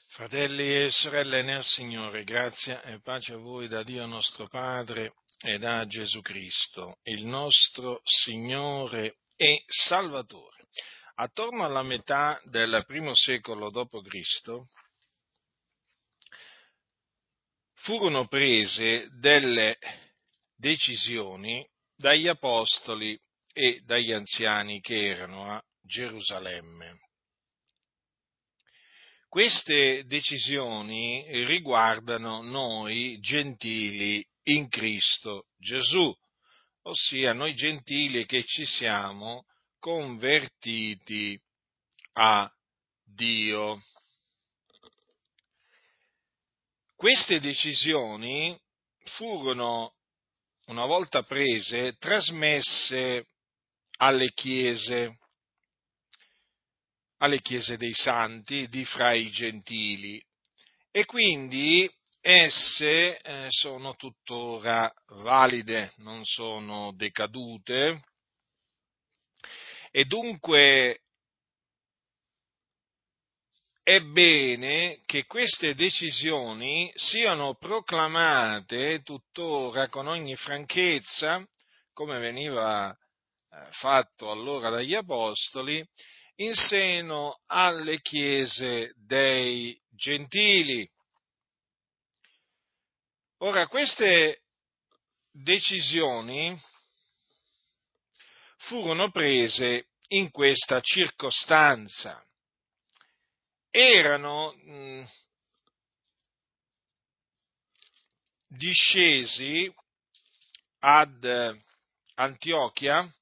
Fratelli e sorelle nel Signore, grazia e pace a voi da Dio nostro Padre e da Gesù Cristo, il nostro Signore e Salvatore. Attorno alla metà del primo secolo d.C. furono prese delle decisioni dagli apostoli e dagli anziani che erano a Gerusalemme. Queste decisioni riguardano noi gentili in Cristo Gesù, ossia noi gentili che ci siamo convertiti a Dio. Queste decisioni furono, una volta prese, trasmesse alle chiese dei santi di fra i gentili, e quindi esse sono tuttora valide, non sono decadute, e dunque è bene che queste decisioni siano proclamate tuttora con ogni franchezza, come veniva fatto allora dagli apostoli, in seno alle chiese dei gentili. Ora, queste decisioni furono prese in questa circostanza. Erano discesi ad Antiochia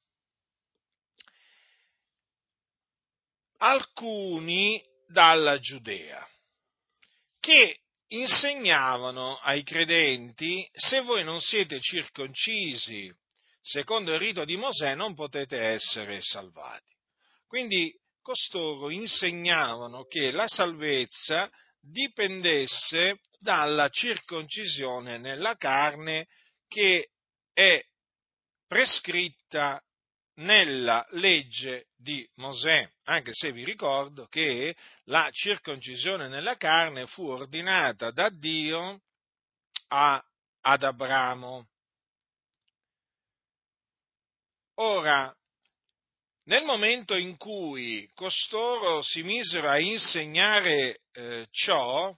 alcuni dalla Giudea che insegnavano ai credenti: se voi non siete circoncisi secondo il rito di Mosè non potete essere salvati. Quindi costoro insegnavano che la salvezza dipendesse dalla circoncisione nella carne che è prescritta nella legge di Mosè, anche se vi ricordo che la circoncisione nella carne fu ordinata da Dio ad Abramo. Ora, nel momento in cui costoro si misero a insegnare ciò,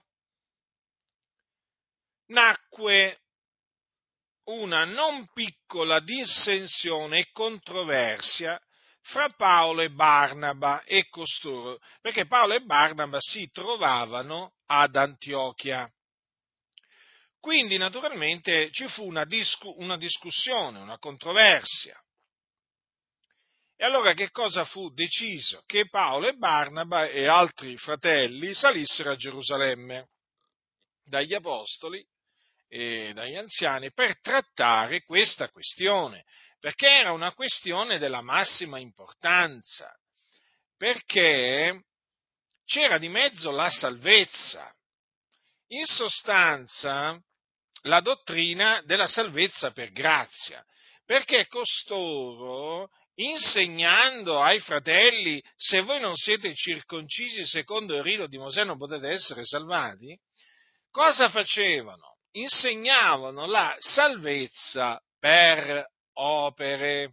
nacque una non piccola dissensione e controversia fra Paolo e Barnaba e costoro, perché Paolo e Barnaba si trovavano ad Antiochia. Quindi naturalmente ci fu una discussione, una controversia. E allora che cosa fu deciso? Che Paolo e Barnaba e altri fratelli salissero a Gerusalemme dagli apostoli e dagli anziani per trattare questa questione, perché era una questione della massima importanza, perché c'era di mezzo la salvezza, in sostanza la dottrina della salvezza per grazia, perché costoro, insegnando ai fratelli: se voi non siete circoncisi secondo il rito di Mosè non potete essere salvati, cosa facevano? Insegnavano la salvezza per opere.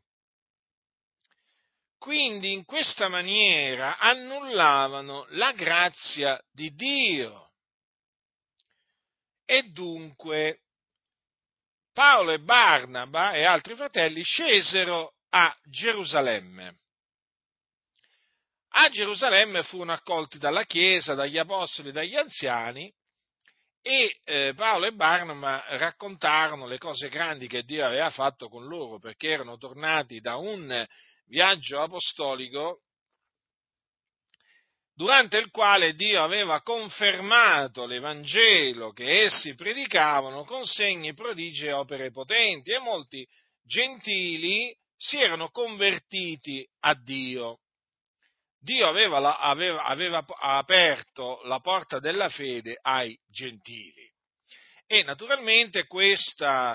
Quindi in questa maniera annullavano la grazia di Dio. E dunque Paolo e Barnaba e altri fratelli scesero a Gerusalemme. A Gerusalemme furono accolti dalla Chiesa, dagli apostoli e dagli anziani, e Paolo e Barnaba raccontarono le cose grandi che Dio aveva fatto con loro, perché erano tornati da un viaggio apostolico durante il quale Dio aveva confermato l'Evangelo che essi predicavano con segni, prodigi e opere potenti, e molti gentili si erano convertiti a Dio. Dio aveva aperto la porta della fede ai gentili. E naturalmente questo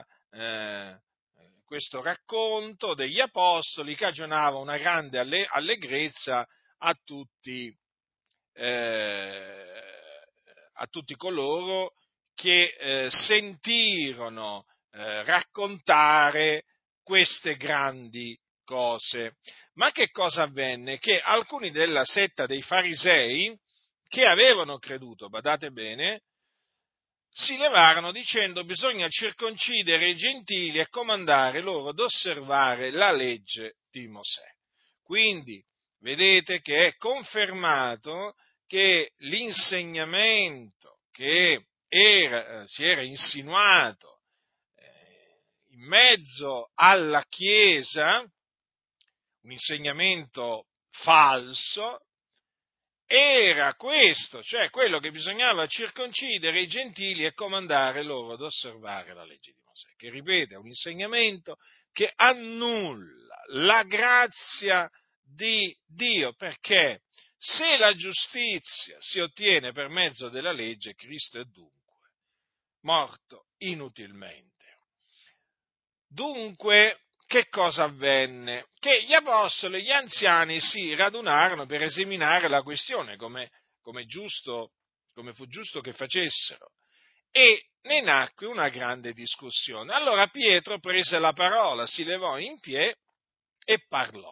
racconto degli apostoli cagionava una grande allegrezza a tutti a tutti coloro che sentirono raccontare queste grandi cose. Ma che cosa avvenne? Che alcuni della setta dei farisei, che avevano creduto, badate bene, si levarono dicendo: bisogna circoncidere i gentili e comandare loro ad osservare la legge di Mosè. Quindi vedete che è confermato che l'insegnamento che si era insinuato in mezzo alla Chiesa, un insegnamento falso, era questo, cioè quello che bisognava circoncidere i gentili e comandare loro ad osservare la legge di Mosè, che ripete, è un insegnamento che annulla la grazia di Dio, perché se la giustizia si ottiene per mezzo della legge, Cristo è dunque morto inutilmente. Dunque, che cosa avvenne? Che gli apostoli e gli anziani si radunarono per esaminare la questione, come fu giusto che facessero, e ne nacque una grande discussione. Allora Pietro prese la parola, si levò in piedi e parlò.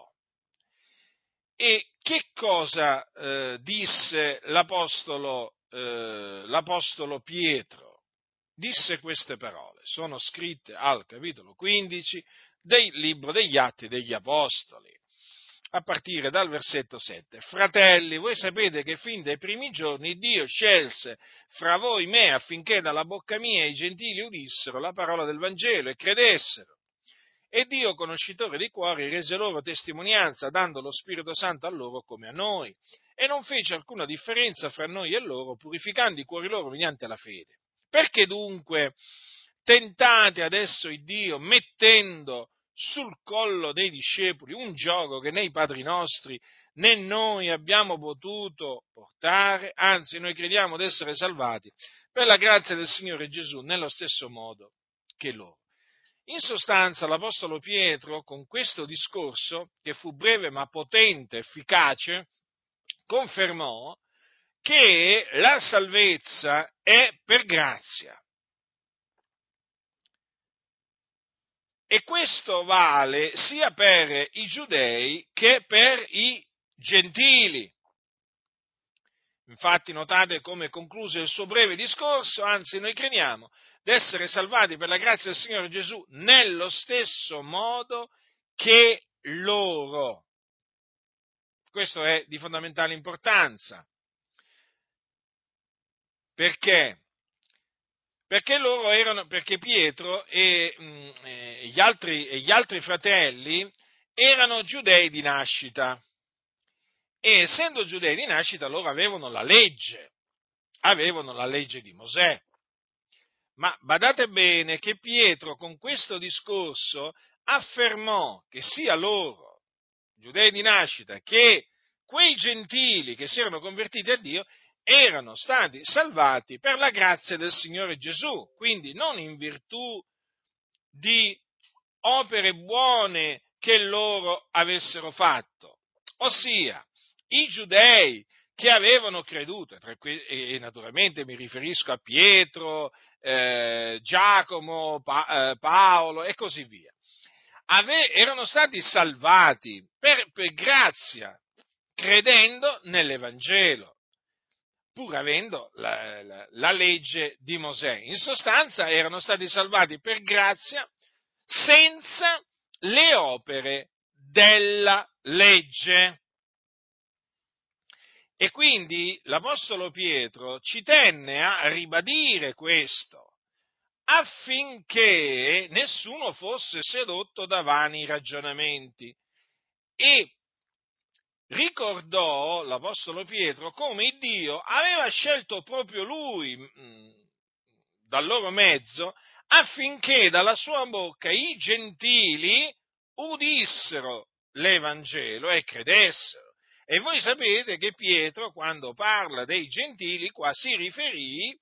E che cosa disse l'apostolo Pietro? Disse queste parole, sono scritte al capitolo 15 del libro degli Atti degli Apostoli, a partire dal versetto 7. Fratelli, voi sapete che fin dai primi giorni Dio scelse fra voi me affinché dalla bocca mia i gentili udissero la parola del Vangelo e credessero. E Dio, conoscitore dei cuori, rese loro testimonianza, dando lo Spirito Santo a loro come a noi, e non fece alcuna differenza fra noi e loro, purificando i cuori loro mediante la fede. Perché dunque tentate adesso il Dio, mettendo sul collo dei discepoli un giogo che né i padri nostri né noi abbiamo potuto portare? Anzi, noi crediamo d'essere salvati per la grazia del Signore Gesù nello stesso modo che loro. In sostanza, l'Apostolo Pietro, con questo discorso, che fu breve ma potente, efficace, confermò che la salvezza è per grazia. E questo vale sia per i giudei che per i gentili. Infatti notate come concluse il suo breve discorso: anzi, noi crediamo d'essere salvati per la grazia del Signore Gesù nello stesso modo che loro. Questo è di fondamentale importanza. Perché? Perché Pietro e gli altri fratelli erano giudei di nascita, e essendo giudei di nascita loro avevano la legge di Mosè. Ma badate bene che Pietro con questo discorso affermò che sia loro, giudei di nascita, che quei gentili che si erano convertiti a Dio erano stati salvati per la grazia del Signore Gesù, quindi non in virtù di opere buone che loro avessero fatto. Ossia, i giudei che avevano creduto, e naturalmente mi riferisco a Pietro, Giacomo, Paolo e così via, erano stati salvati per grazia, credendo nell'Evangelo, pur avendo la legge di Mosè. In sostanza erano stati salvati per grazia senza le opere della legge. E quindi l'Apostolo Pietro ci tenne a ribadire questo, affinché nessuno fosse sedotto da vani ragionamenti. E ricordò l'Apostolo Pietro come Dio aveva scelto proprio lui dal loro mezzo, affinché dalla sua bocca i gentili udissero l'Evangelo e credessero. E voi sapete che Pietro, quando parla dei gentili, qua si riferì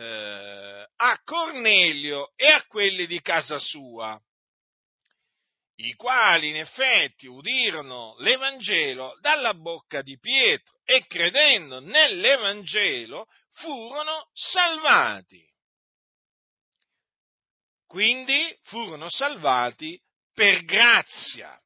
a Cornelio e a quelli di casa sua. i quali in effetti udirono l'Evangelo dalla bocca di Pietro e credendo nell'Evangelo furono salvati. Quindi furono salvati per grazia,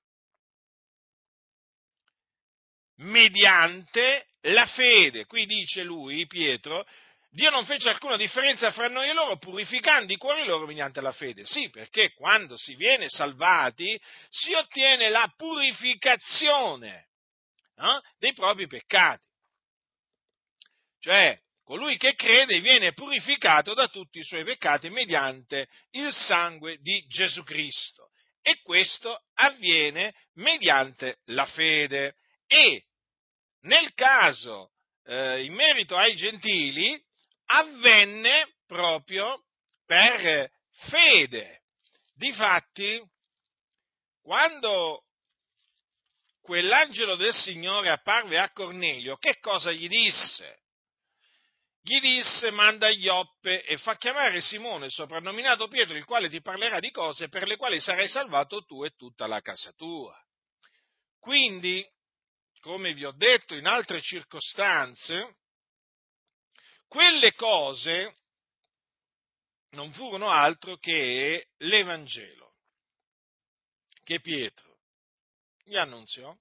mediante la fede. Qui dice lui, Pietro, Dio non fece alcuna differenza fra noi e loro, purificando i cuori loro mediante la fede. Sì, perché quando si viene salvati si ottiene la purificazione dei propri peccati. Cioè, colui che crede viene purificato da tutti i suoi peccati mediante il sangue di Gesù Cristo. E questo avviene mediante la fede. E nel caso, in merito ai gentili, avvenne proprio per fede. Difatti, quando quell'angelo del Signore apparve a Cornelio, che cosa gli disse? Gli disse: manda Ioppe e fa chiamare Simone, soprannominato Pietro, il quale ti parlerà di cose per le quali sarai salvato tu e tutta la casa tua. Quindi, come vi ho detto in altre circostanze, quelle cose non furono altro che l'Evangelo che Pietro gli annunziò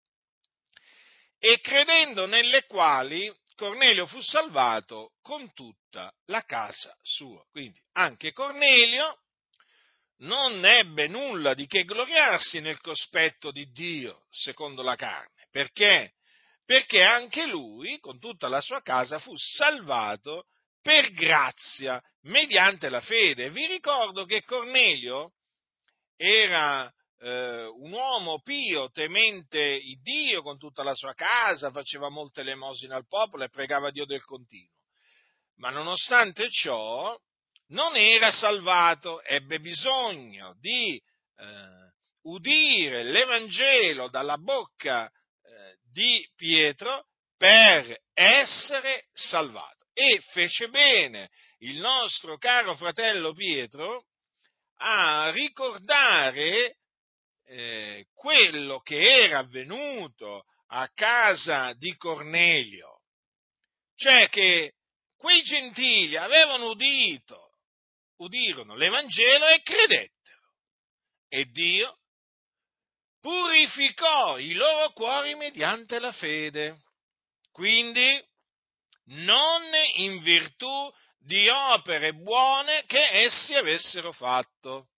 e credendo nelle quali Cornelio fu salvato con tutta la casa sua. Quindi anche Cornelio non ebbe nulla di che gloriarsi nel cospetto di Dio secondo la carne. Perché? Perché anche lui, con tutta la sua casa, fu salvato per grazia, mediante la fede. Vi ricordo che Cornelio era un uomo pio, temente il Dio con tutta la sua casa, faceva molte elemosine al popolo e pregava Dio del continuo. Ma nonostante ciò non era salvato, ebbe bisogno di udire l'Evangelo dalla bocca di Pietro per essere salvato. E fece bene il nostro caro fratello Pietro a ricordare quello che era avvenuto a casa di Cornelio, cioè che quei gentili avevano udirono l'Evangelo e credettero, e Dio purificò i loro cuori mediante la fede, quindi non in virtù di opere buone che essi avessero fatto.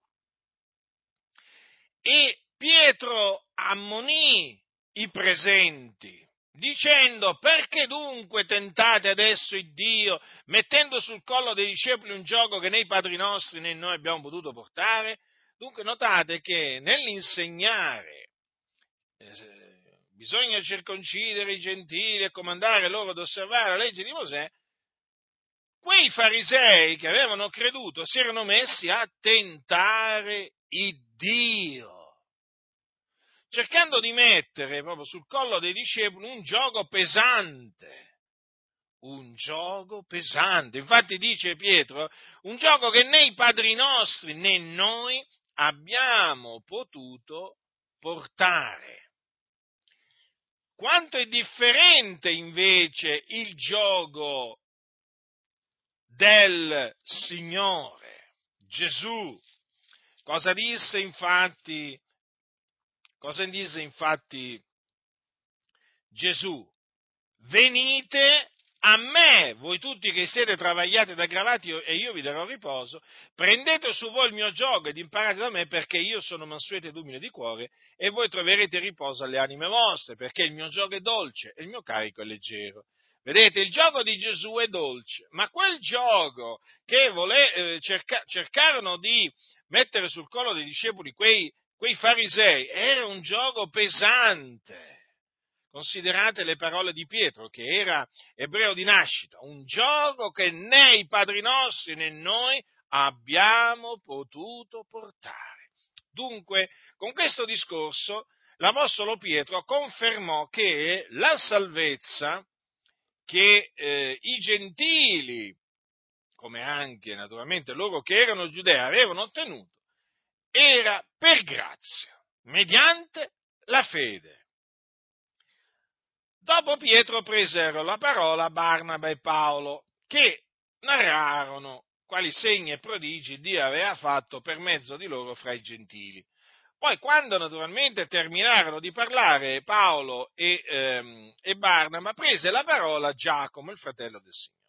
E Pietro ammonì i presenti, dicendo: perché dunque tentate adesso il Dio, mettendo sul collo dei discepoli un gioco che né i padri nostri né noi abbiamo potuto portare? Dunque notate che nell'insegnare bisogna circoncidere i gentili e comandare loro ad osservare la legge di Mosè, quei farisei che avevano creduto si erano messi a tentare il Dio, cercando di mettere proprio sul collo dei discepoli un giogo pesante. Infatti dice Pietro, un gioco che né i padri nostri né noi abbiamo potuto portare. Quanto è differente invece il giogo del Signore Gesù. Cosa disse infatti Gesù? Venite a me, voi tutti che siete travagliati ed aggravati, e io vi darò riposo. Prendete su voi il mio giogo ed imparate da me, perché io sono mansueto ed umile di cuore, e voi troverete riposo alle anime vostre, perché il mio giogo è dolce e il mio carico è leggero. Vedete, il giogo di Gesù è dolce, ma quel giogo che cercarono di mettere sul collo dei discepoli quei farisei era un giogo pesante. Considerate le parole di Pietro, che era ebreo di nascita, un gioco che né i padri nostri né noi abbiamo potuto portare. Dunque, con questo discorso, l'Apostolo Pietro confermò che la salvezza che i gentili, come anche naturalmente loro che erano giudei, avevano ottenuto, era per grazia, mediante la fede. Dopo Pietro presero la parola Barnaba e Paolo, che narrarono quali segni e prodigi Dio aveva fatto per mezzo di loro fra i gentili. Poi, quando naturalmente terminarono di parlare Paolo e Barnaba, prese la parola Giacomo, il fratello del Signore.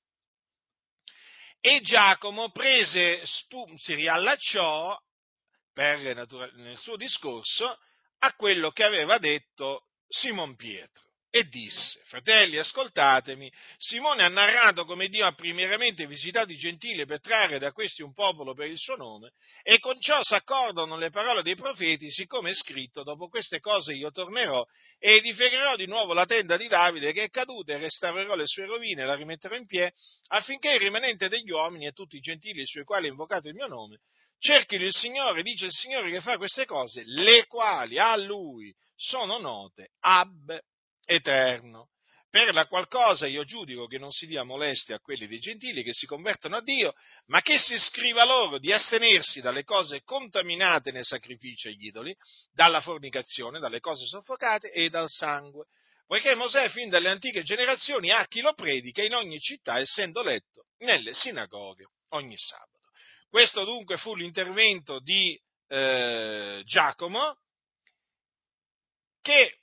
E Giacomo si riallacciò nel suo discorso a quello che aveva detto Simon Pietro e disse: fratelli, ascoltatemi, Simone ha narrato come Dio ha primariamente visitato i gentili per trarre da questi un popolo per il suo nome, e con ciò s'accordano le parole dei profeti, siccome è scritto: dopo queste cose io tornerò e edificherò di nuovo la tenda di Davide che è caduta, e restaurerò le sue rovine e la rimetterò in piedi, affinché il rimanente degli uomini e tutti i gentili sui quali è invocato il mio nome cerchino il Signore, dice il Signore che fa queste cose, le quali a Lui sono note ab eterno. Per la qual cosa io giudico che non si dia molestia a quelli dei gentili che si convertono a Dio, ma che si scriva loro di astenersi dalle cose contaminate nei sacrifici agli idoli, dalla fornicazione, dalle cose soffocate e dal sangue. Poiché Mosè fin dalle antiche generazioni ha chi lo predica in ogni città, essendo letto nelle sinagoghe ogni sabato. Questo dunque fu l'intervento di Giacomo, che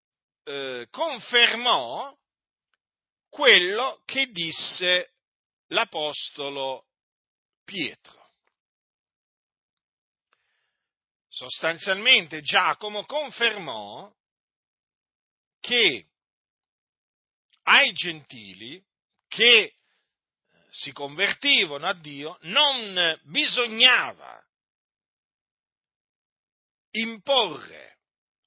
confermò quello che disse l'apostolo Pietro. Sostanzialmente Giacomo confermò che ai gentili che si convertivano a Dio non bisognava imporre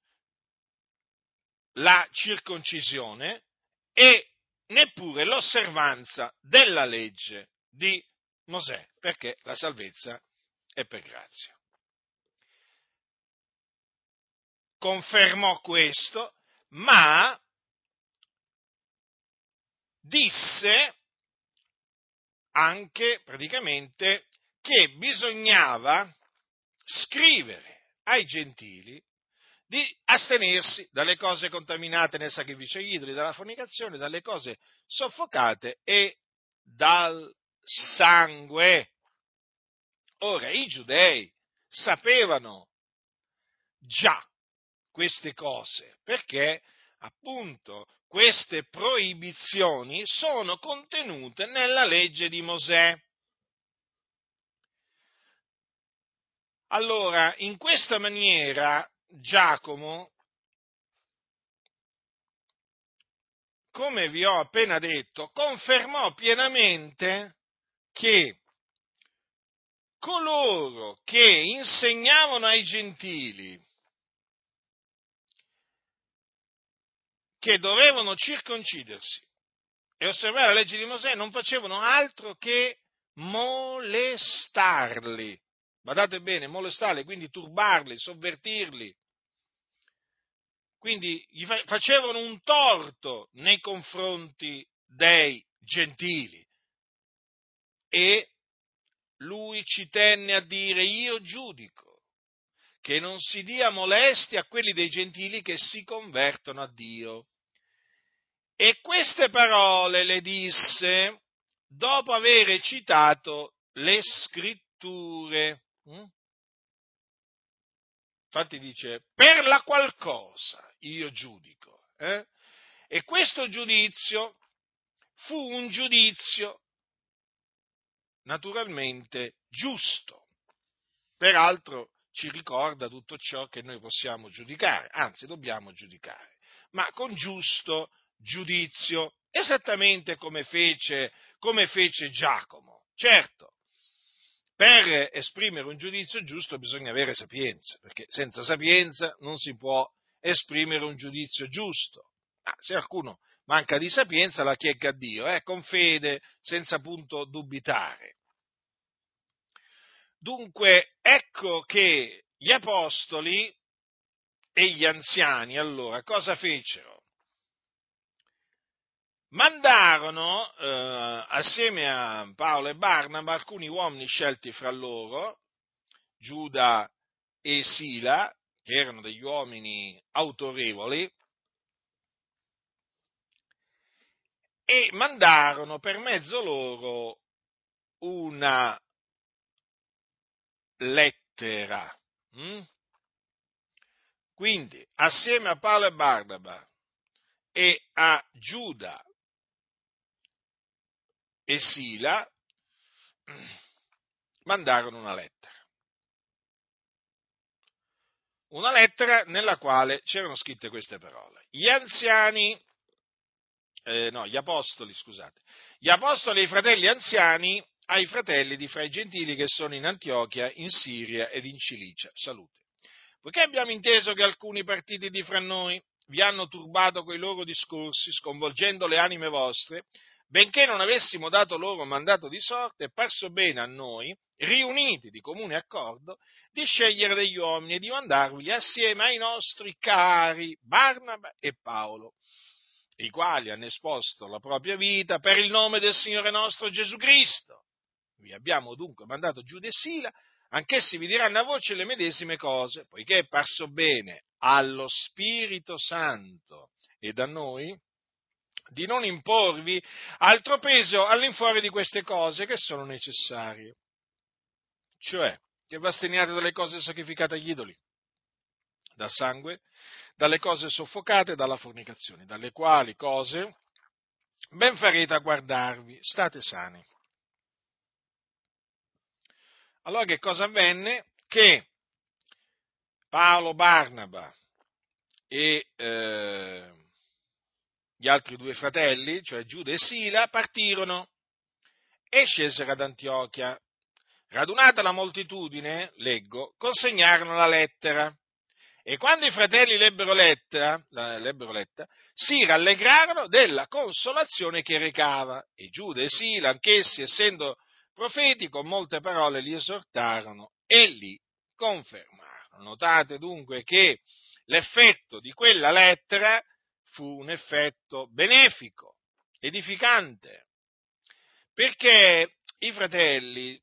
la circoncisione e neppure l'osservanza della legge di Mosè, perché la salvezza è per grazia. Confermò questo, ma disse anche praticamente che bisognava scrivere ai gentili di astenersi dalle cose contaminate nel sacrificio agli idoli, dalla fornicazione, dalle cose soffocate e dal sangue. Ora, i giudei sapevano già queste cose, perché appunto queste proibizioni sono contenute nella legge di Mosè. Allora, in questa maniera Giacomo, come vi ho appena detto, confermò pienamente che coloro che insegnavano ai gentili che dovevano circoncidersi e osservare la legge di Mosè non facevano altro che molestarli. Badate bene, molestarli, quindi turbarli, sovvertirli. Quindi gli facevano un torto nei confronti dei gentili. E lui ci tenne a dire: io giudico che non si dia molestia a quelli dei gentili che si convertono a Dio. E queste parole le disse dopo aver citato le scritture. Infatti dice: per la qual cosa io giudico. E questo giudizio fu un giudizio naturalmente giusto. Peraltro ci ricorda tutto ciò che noi possiamo giudicare, anzi dobbiamo giudicare, ma con giusto giudizio, esattamente come fece Giacomo. Certo, per esprimere un giudizio giusto bisogna avere sapienza, perché senza sapienza non si può esprimere un giudizio giusto. Se qualcuno manca di sapienza la chiegga a Dio, con fede, senza punto dubitare. Dunque, ecco che gli apostoli e gli anziani allora cosa fecero? Mandarono assieme a Paolo e Barnaba alcuni uomini scelti fra loro, Giuda e Sila, che erano degli uomini autorevoli, e mandarono per mezzo loro una lettera. Quindi, assieme a Paolo e Barnaba e a Giuda e Sila, mandarono una lettera nella quale c'erano scritte queste parole. Gli apostoli e i fratelli anziani ai fratelli di fra i gentili che sono in Antiochia, in Siria ed in Cilicia. Salute. Poiché abbiamo inteso che alcuni partiti di fra noi vi hanno turbato coi loro discorsi, sconvolgendo le anime vostre, benché non avessimo dato loro mandato di sorte, è parso bene a noi, riuniti di comune accordo, di scegliere degli uomini e di mandarveli assieme ai nostri cari Barnaba e Paolo, i quali hanno esposto la propria vita per il nome del Signore nostro Gesù Cristo. Vi abbiamo dunque mandato Giuda e Sila, anch'essi vi diranno a voce le medesime cose, poiché è parso bene allo Spirito Santo e da noi di non imporvi altro peso all'infuori di queste cose che sono necessarie, cioè che vi asteniate dalle cose sacrificate agli idoli, dal sangue, dalle cose soffocate e dalla fornicazione, dalle quali cose ben farete a guardarvi, state sani. Allora che cosa avvenne? Che Paolo, Barnaba e gli altri due fratelli, cioè Giuda e Sila, partirono e scesero ad Antiochia. Radunata la moltitudine, leggo, consegnarono la lettera. E quando i fratelli l'ebbero letta, si rallegrarono della consolazione che recava. E Giuda e Sila, anch'essi, essendo profeti, con molte parole li esortarono e li confermarono. Notate dunque che l'effetto di quella lettera fu un effetto benefico, edificante, perché i fratelli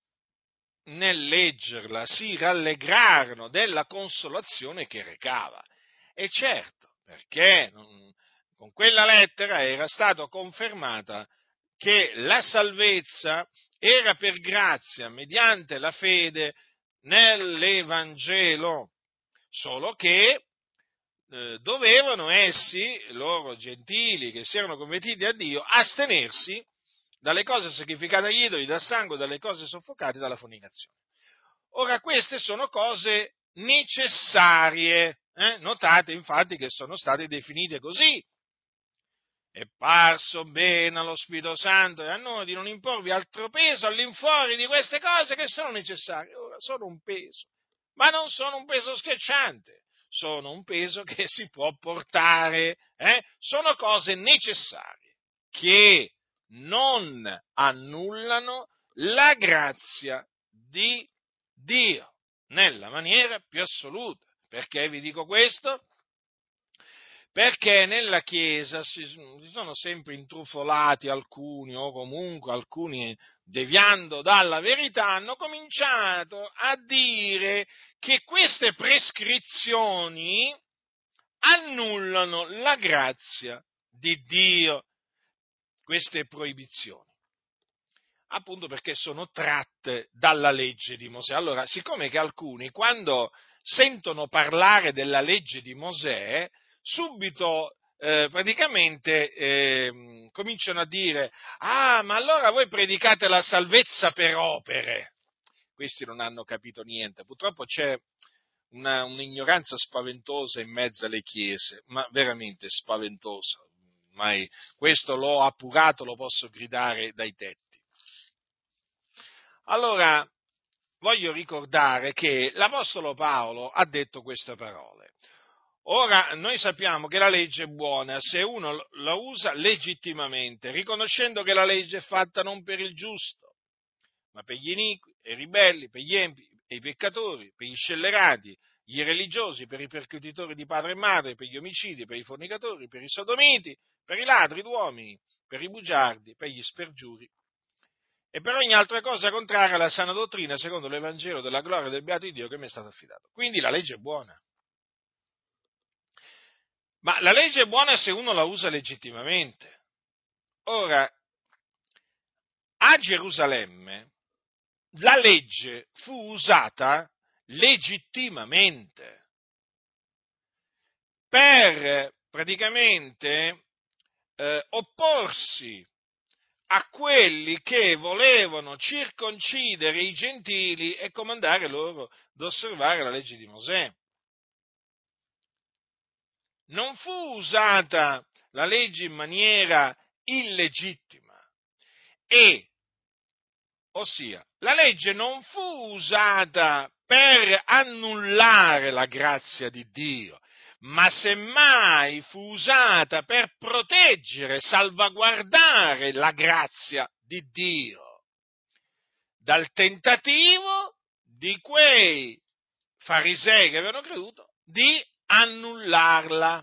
nel leggerla si rallegrarono della consolazione che recava. E certo, perché con quella lettera era stato confermata che la salvezza era per grazia, mediante la fede nell'Evangelo, solo che dovevano essi, loro gentili che si erano convertiti a Dio, astenersi dalle cose sacrificate agli idoli, dal sangue, dalle cose soffocate, dalla fornicazione. Ora, queste sono cose necessarie, notate infatti che sono state definite così. È parso bene allo Spirito Santo e a noi di non imporvi altro peso all'infuori di queste cose che sono necessarie. Ora, sono un peso, ma non sono un peso schiacciante, sono un peso che si può portare, sono cose necessarie che non annullano la grazia di Dio nella maniera più assoluta. Perché vi dico questo? Perché nella Chiesa si sono sempre intrufolati alcuni, o comunque alcuni, deviando dalla verità, hanno cominciato a dire che queste prescrizioni annullano la grazia di Dio, queste proibizioni. Appunto perché sono tratte dalla legge di Mosè. Allora, siccome che alcuni, quando sentono parlare della legge di Mosè, subito cominciano a dire: ah, ma allora voi predicate la salvezza per opere. Questi non hanno capito niente. Purtroppo c'è un'ignoranza spaventosa in mezzo alle chiese, ma veramente spaventosa. Ormai questo l'ho appurato, lo posso gridare dai tetti. Allora, voglio ricordare che l'Apostolo Paolo ha detto queste parole. Ora, noi sappiamo che la legge è buona se uno la usa legittimamente, riconoscendo che la legge è fatta non per il giusto, ma per gli iniqui, i ribelli, per gli empi, e i peccatori, per gli scellerati, gli irreligiosi, per i percutitori di padre e madre, per gli omicidi, per i fornicatori, per i sodomiti, per i ladri d'uomini, per i bugiardi, per gli spergiuri, e per ogni altra cosa contraria alla sana dottrina, secondo l'Evangelo della gloria del beato di Dio che mi è stato affidato. Quindi la legge è buona. Ma la legge è buona se uno la usa legittimamente. Ora, a Gerusalemme la legge fu usata legittimamente per praticamente opporsi a quelli che volevano circoncidere i gentili e comandare loro ad osservare la legge di Mosè. Non fu usata la legge in maniera illegittima, ossia, la legge non fu usata per annullare la grazia di Dio, ma semmai fu usata per proteggere, salvaguardare la grazia di Dio dal tentativo di quei farisei che avevano creduto di annullarla.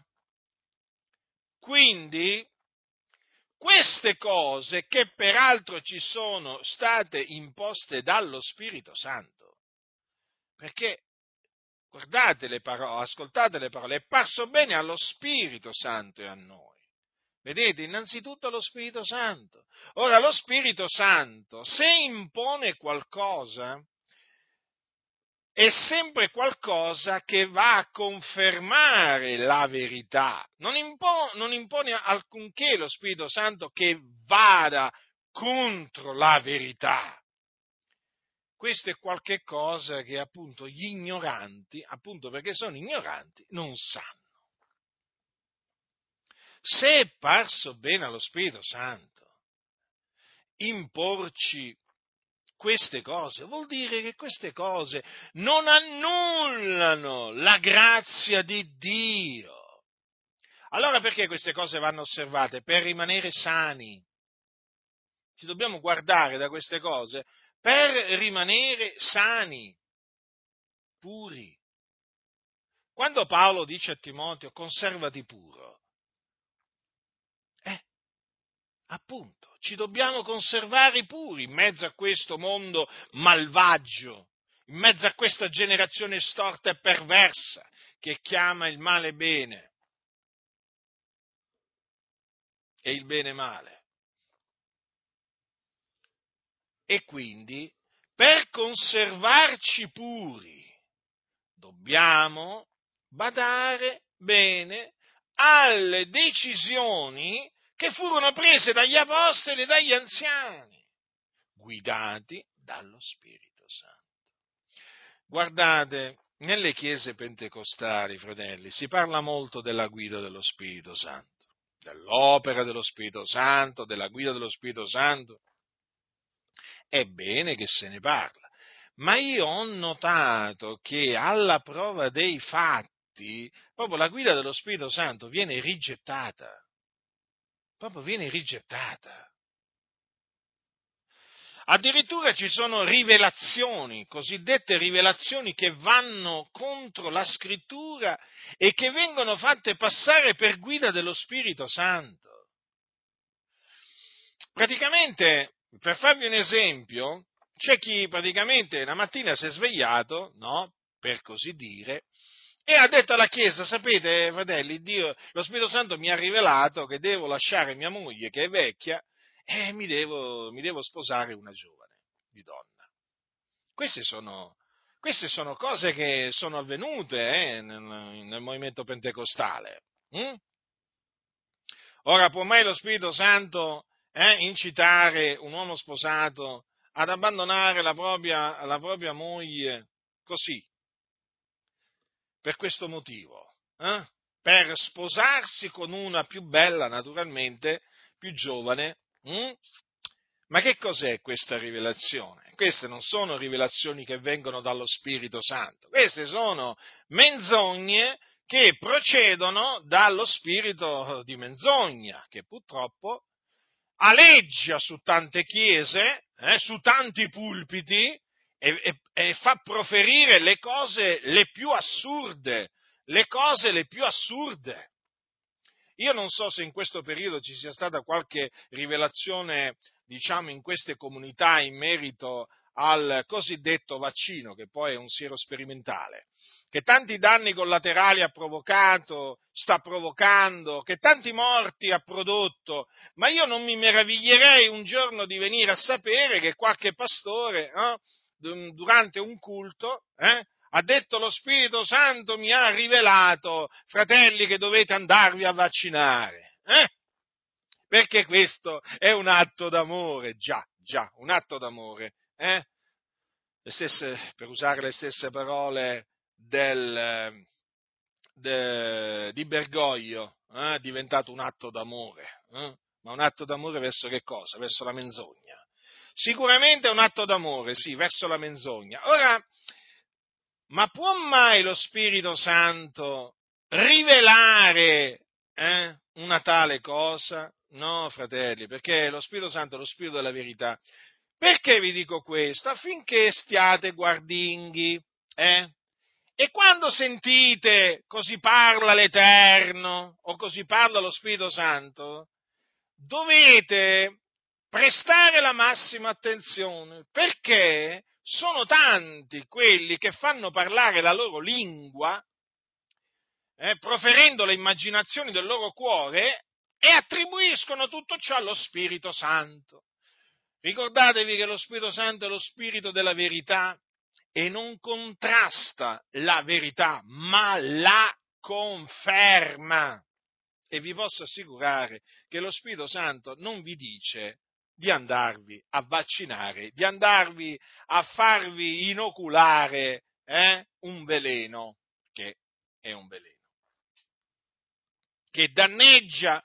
Quindi, queste cose che peraltro ci sono state imposte dallo Spirito Santo, perché guardate le parole, ascoltate le parole, è parso bene allo Spirito Santo e a noi. Vedete, innanzitutto allo Spirito Santo. Ora, lo Spirito Santo, se impone qualcosa, è sempre qualcosa che va a confermare la verità. Non impone alcunché lo Spirito Santo che vada contro la verità. Questo è qualche cosa che appunto gli ignoranti, appunto perché sono ignoranti, non sanno. Se è parso bene allo Spirito Santo imporci queste cose, vuol dire che queste cose non annullano la grazia di Dio. Allora perché queste cose vanno osservate? Per rimanere sani. Ci dobbiamo guardare da queste cose per rimanere sani, puri. Quando Paolo dice a Timoteo conservati puro, appunto, ci dobbiamo conservare puri in mezzo a questo mondo malvagio, in mezzo a questa generazione storta e perversa che chiama il male bene e il bene male. E quindi, per conservarci puri, dobbiamo badare bene alle decisioni che furono prese dagli apostoli e dagli anziani, guidati dallo Spirito Santo. Guardate, nelle chiese pentecostali, fratelli, si parla molto della guida dello Spirito Santo, dell'opera dello Spirito Santo, della guida dello Spirito Santo. È bene che se ne parla, ma io ho notato che alla prova dei fatti, proprio la guida dello Spirito Santo viene rigettata, proprio viene rigettata. Addirittura ci sono rivelazioni, cosiddette rivelazioni che vanno contro la scrittura e che vengono fatte passare per guida dello Spirito Santo. Praticamente, per farvi un esempio, c'è chi praticamente una mattina si è svegliato, no, per così dire, e ha detto alla Chiesa, sapete, fratelli, lo Spirito Santo mi ha rivelato che devo lasciare mia moglie, che è vecchia, e mi devo sposare una giovane di donna. Queste sono cose che sono avvenute nel movimento pentecostale. Ora, può mai lo Spirito Santo incitare un uomo sposato ad abbandonare la propria moglie così, per questo motivo? Per sposarsi con una più bella, naturalmente, più giovane? Ma che cos'è questa rivelazione? Queste non sono rivelazioni che vengono dallo Spirito Santo, queste sono menzogne che procedono dallo spirito di menzogna, che purtroppo aleggia su tante chiese, su tanti pulpiti e fa proferire le cose le più assurde, le cose le più assurde. Io non so se in questo periodo ci sia stata qualche rivelazione, diciamo, in queste comunità in merito al cosiddetto vaccino, che poi è un siero sperimentale, che tanti danni collaterali ha provocato, sta provocando, che tanti morti ha prodotto, ma io non mi meraviglierei un giorno di venire a sapere che qualche pastore, durante un culto, ha detto: lo Spirito Santo mi ha rivelato, fratelli, che dovete andarvi a vaccinare, perché questo è un atto d'amore, già, un atto d'amore, per usare le stesse parole di Bergoglio, è diventato un atto d'amore, ma un atto d'amore verso che cosa? Verso la menzogna. Sicuramente è un atto d'amore, sì, verso la menzogna. Ora, ma può mai lo Spirito Santo rivelare una tale cosa? No, fratelli, perché lo Spirito Santo è lo Spirito della verità. Perché vi dico questo? Affinché stiate guardinghi, E quando sentite così parla l'Eterno o così parla lo Spirito Santo, dovete prestare la massima attenzione, perché sono tanti quelli che fanno parlare la loro lingua, proferendo le immaginazioni del loro cuore, e attribuiscono tutto ciò allo Spirito Santo. Ricordatevi che lo Spirito Santo è lo Spirito della verità e non contrasta la verità, ma la conferma. E vi posso assicurare che lo Spirito Santo non vi dice di andarvi a vaccinare, di andarvi a farvi inoculare un veleno, che è un veleno, che danneggia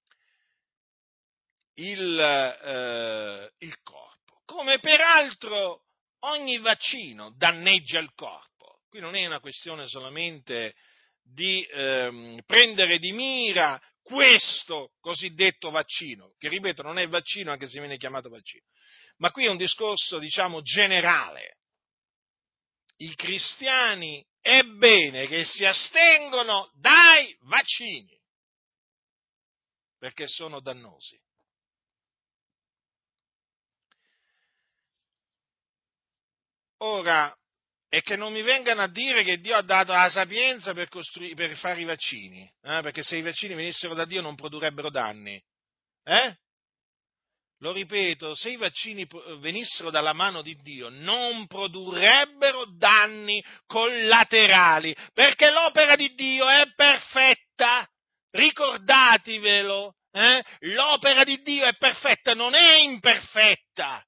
il corpo, come peraltro ogni vaccino danneggia il corpo. Qui non è una questione solamente di prendere di mira questo cosiddetto vaccino, che ripeto non è vaccino anche se viene chiamato vaccino, ma qui è un discorso, diciamo, generale. I cristiani è bene che si astengono dai vaccini, perché sono dannosi. Ora, e che non mi vengano a dire che Dio ha dato la sapienza per fare i vaccini, perché se i vaccini venissero da Dio non produrrebbero danni. Lo ripeto, se i vaccini venissero dalla mano di Dio non produrrebbero danni collaterali, perché l'opera di Dio è perfetta. Ricordatevelo, l'opera di Dio è perfetta, non è imperfetta.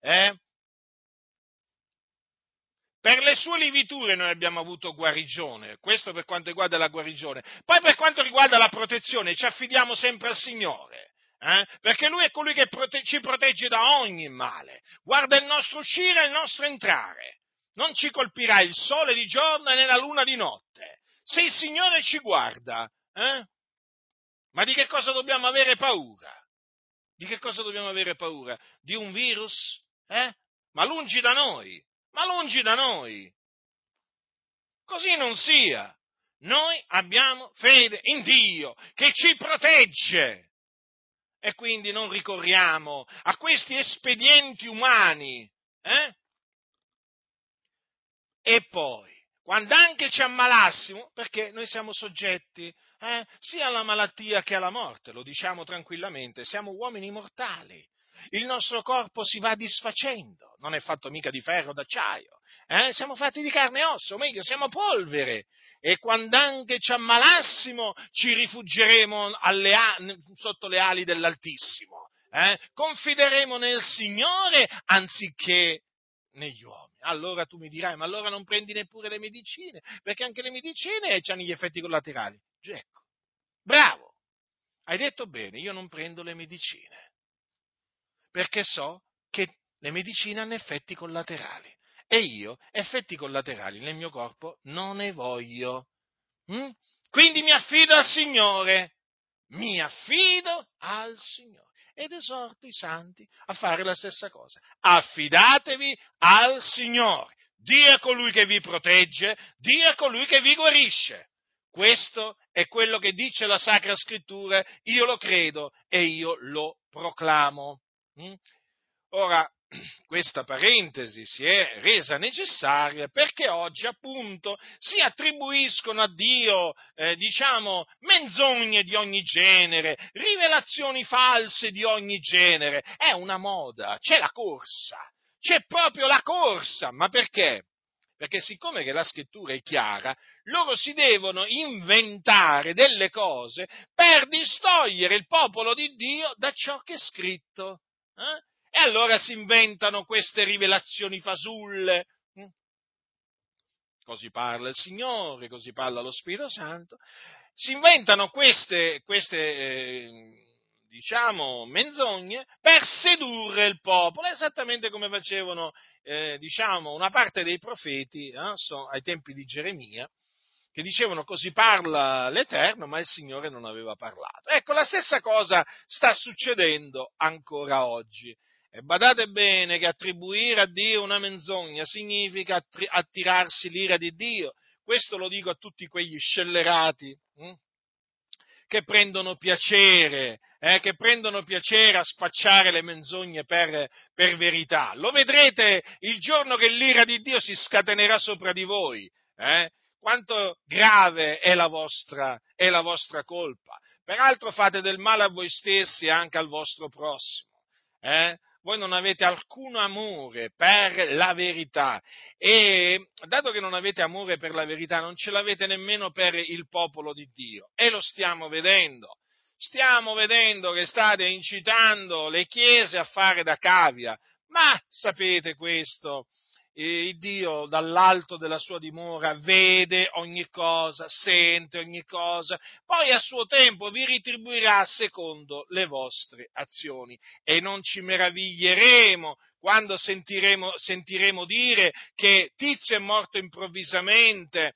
Per le sue liviture noi abbiamo avuto guarigione, questo per quanto riguarda la guarigione. Poi per quanto riguarda la protezione ci affidiamo sempre al Signore, perché Lui è colui che ci protegge da ogni male, guarda il nostro uscire e il nostro entrare, non ci colpirà il sole di giorno né la luna di notte. Se il Signore ci guarda, ma di che cosa dobbiamo avere paura? Di che cosa dobbiamo avere paura? Di un virus? Ma lungi da noi! Ma lungi da noi! Così non sia. Noi abbiamo fede in Dio che ci protegge e quindi non ricorriamo a questi espedienti umani. E poi, quando anche ci ammalassimo, perché noi siamo soggetti sia alla malattia che alla morte, lo diciamo tranquillamente, siamo uomini mortali. Il nostro corpo si va disfacendo, non è fatto mica di ferro o d'acciaio, siamo fatti di carne e ossa, o meglio, siamo polvere. E quando anche ci ammalassimo, ci rifuggeremo sotto le ali dell'Altissimo. Confideremo nel Signore anziché negli uomini. Allora tu mi dirai, ma allora non prendi neppure le medicine, perché anche le medicine hanno gli effetti collaterali. Ecco, bravo, hai detto bene, io non prendo le medicine, perché so che le medicine hanno effetti collaterali e io effetti collaterali nel mio corpo non ne voglio. Quindi mi affido al Signore ed esorto i santi a fare la stessa cosa. Affidatevi al Signore. Dio è colui che vi protegge, Dio è colui che vi guarisce. Questo è quello che dice la Sacra Scrittura, io lo credo e io lo proclamo. Ora, questa parentesi si è resa necessaria perché oggi appunto si attribuiscono a Dio, menzogne di ogni genere, rivelazioni false di ogni genere. È una moda, c'è la corsa, c'è proprio la corsa. Ma perché? Perché siccome che la scrittura è chiara, loro si devono inventare delle cose per distogliere il popolo di Dio da ciò che è scritto. E allora si inventano queste rivelazioni fasulle. Così parla il Signore, così parla lo Spirito Santo. Si inventano menzogne per sedurre il popolo, esattamente come facevano, una parte dei profeti ai tempi di Geremia, che dicevano così parla l'Eterno, ma il Signore non aveva parlato. Ecco, la stessa cosa sta succedendo ancora oggi. E badate bene che attribuire a Dio una menzogna significa attirarsi l'ira di Dio. Questo lo dico a tutti quegli scellerati che prendono piacere a spacciare le menzogne per verità. Lo vedrete il giorno che l'ira di Dio si scatenerà sopra di voi. Quanto grave è la vostra colpa. Peraltro fate del male a voi stessi e anche al vostro prossimo. Voi non avete alcun amore per la verità e dato che non avete amore per la verità non ce l'avete nemmeno per il popolo di Dio e lo stiamo vedendo. Stiamo vedendo che state incitando le chiese a fare da cavia, ma sapete questo? Dio dall'alto della sua dimora vede ogni cosa, sente ogni cosa, poi a suo tempo vi ritribuirà secondo le vostre azioni e non ci meraviglieremo quando sentiremo dire che Tizio è morto improvvisamente,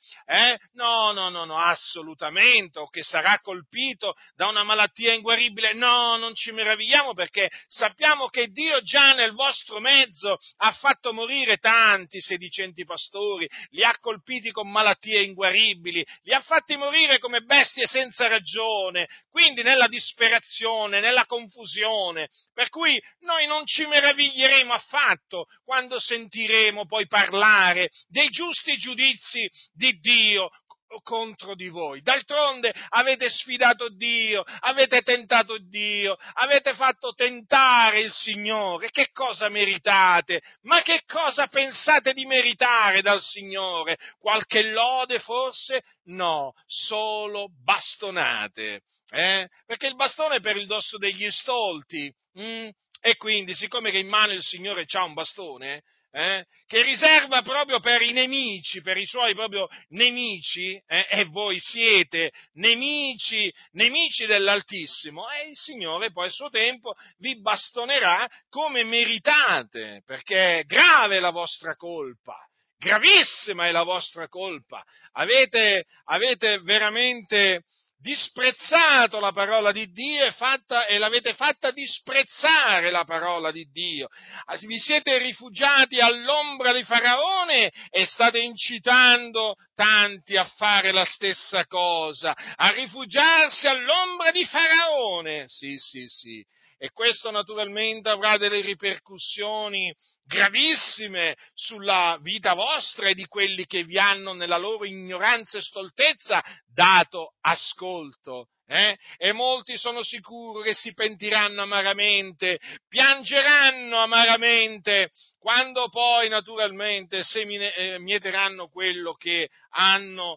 no, assolutamente, o che sarà colpito da una malattia inguaribile, no, non ci meravigliamo perché sappiamo che Dio già nel vostro mezzo ha fatto morire tanti sedicenti pastori, li ha colpiti con malattie inguaribili, li ha fatti morire come bestie senza ragione, quindi nella disperazione, nella confusione, per cui noi non ci meraviglieremo affatto quando sentiremo poi parlare dei giusti giudizi di Dio contro di voi. D'altronde avete sfidato Dio, avete tentato Dio, avete fatto tentare il Signore. Che cosa meritate? Ma che cosa pensate di meritare dal Signore? Qualche lode forse? No, solo bastonate. Perché il bastone è per il dosso degli stolti. E quindi, siccome che in mano il Signore c'ha un bastone, che riserva proprio per i nemici, per i suoi proprio nemici, e voi siete nemici dell'Altissimo, e il Signore poi a suo tempo vi bastonerà come meritate, perché è grave la vostra colpa. Gravissima è la vostra colpa. Avete veramente disprezzato la parola di Dio e l'avete fatta disprezzare la parola di Dio. Vi siete rifugiati all'ombra di Faraone e state incitando tanti a fare la stessa cosa, a rifugiarsi all'ombra di Faraone. Sì. E questo naturalmente avrà delle ripercussioni gravissime sulla vita vostra e di quelli che vi hanno nella loro ignoranza e stoltezza dato ascolto. E molti sono sicuro che si pentiranno amaramente, piangeranno amaramente, quando poi naturalmente mieteranno quello che hanno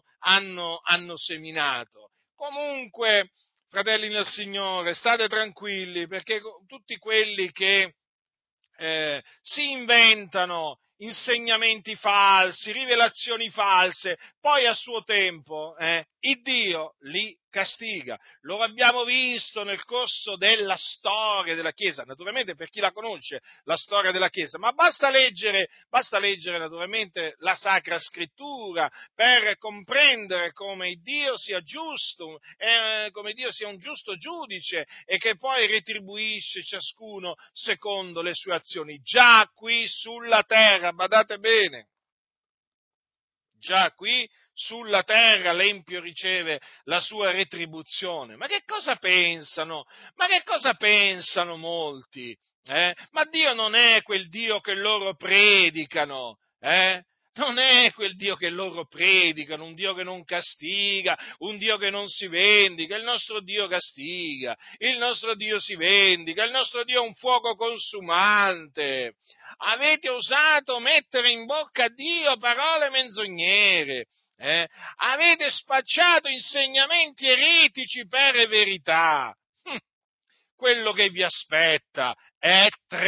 seminato. Comunque, fratelli nel Signore, state tranquilli, perché tutti quelli che si inventano insegnamenti falsi, rivelazioni false, poi a suo tempo il Dio li castiga. Lo abbiamo visto nel corso della storia della Chiesa, naturalmente per chi la conosce la storia della Chiesa, ma basta leggere naturalmente la Sacra Scrittura per comprendere come Dio sia giusto, come Dio sia un giusto giudice e che poi retribuisce ciascuno secondo le sue azioni, già qui sulla terra, badate bene. già qui sulla terra l'empio riceve la sua retribuzione. Ma che cosa pensano? Ma che cosa pensano molti? Ma Dio non è quel Dio che loro predicano, Non è quel Dio che loro predicano, un Dio che non castiga, un Dio che non si vendica. Il nostro Dio castiga, il nostro Dio si vendica, il nostro Dio è un fuoco consumante. Avete osato mettere in bocca a Dio parole menzognere, avete spacciato insegnamenti eretici per verità. Quello che vi aspetta è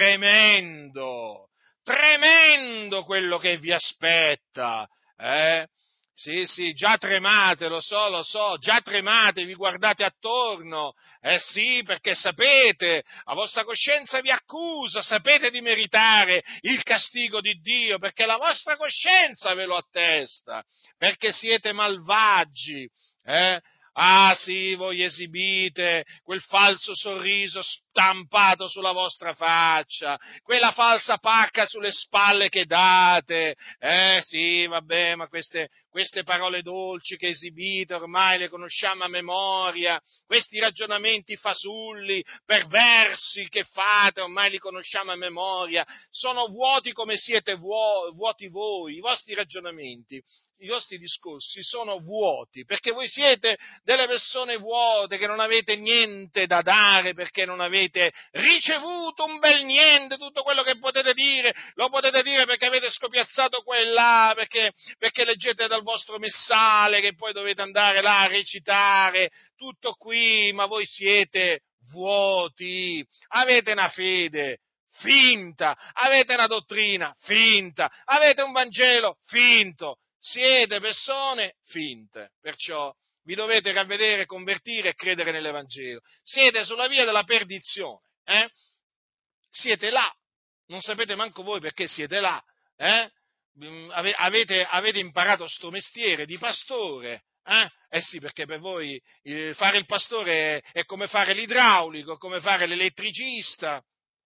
tremendo, tremendo quello che vi aspetta, eh? Sì, sì, già tremate, lo so, già tremate, vi guardate attorno, sì, perché sapete, la vostra coscienza vi accusa, sapete di meritare il castigo di Dio, perché la vostra coscienza ve lo attesta, perché siete malvagi, Ah sì, voi esibite quel falso sorriso stampato sulla vostra faccia, quella falsa pacca sulle spalle che date, sì, vabbè, ma queste parole dolci che esibite ormai le conosciamo a memoria, questi ragionamenti fasulli, perversi che fate ormai li conosciamo a memoria, sono vuoti come siete vuoti voi, i vostri ragionamenti, i vostri discorsi sono vuoti, perché voi siete delle persone vuote, che non avete niente da dare, perché non avete ricevuto un bel niente. Tutto quello che potete dire lo potete dire perché avete scopiazzato qua e là, perché leggete dal vostro messale che poi dovete andare là a recitare, tutto qui, ma voi siete vuoti, avete una fede finta, avete una dottrina finta, avete un Vangelo finto, siete persone finte, perciò vi dovete ravvedere, convertire e credere nell'Evangelo. Siete sulla via della perdizione, Siete là, non sapete manco voi perché siete là, Avete imparato sto mestiere di pastore, Eh sì, perché per voi fare il pastore è come fare l'idraulico, come fare l'elettricista,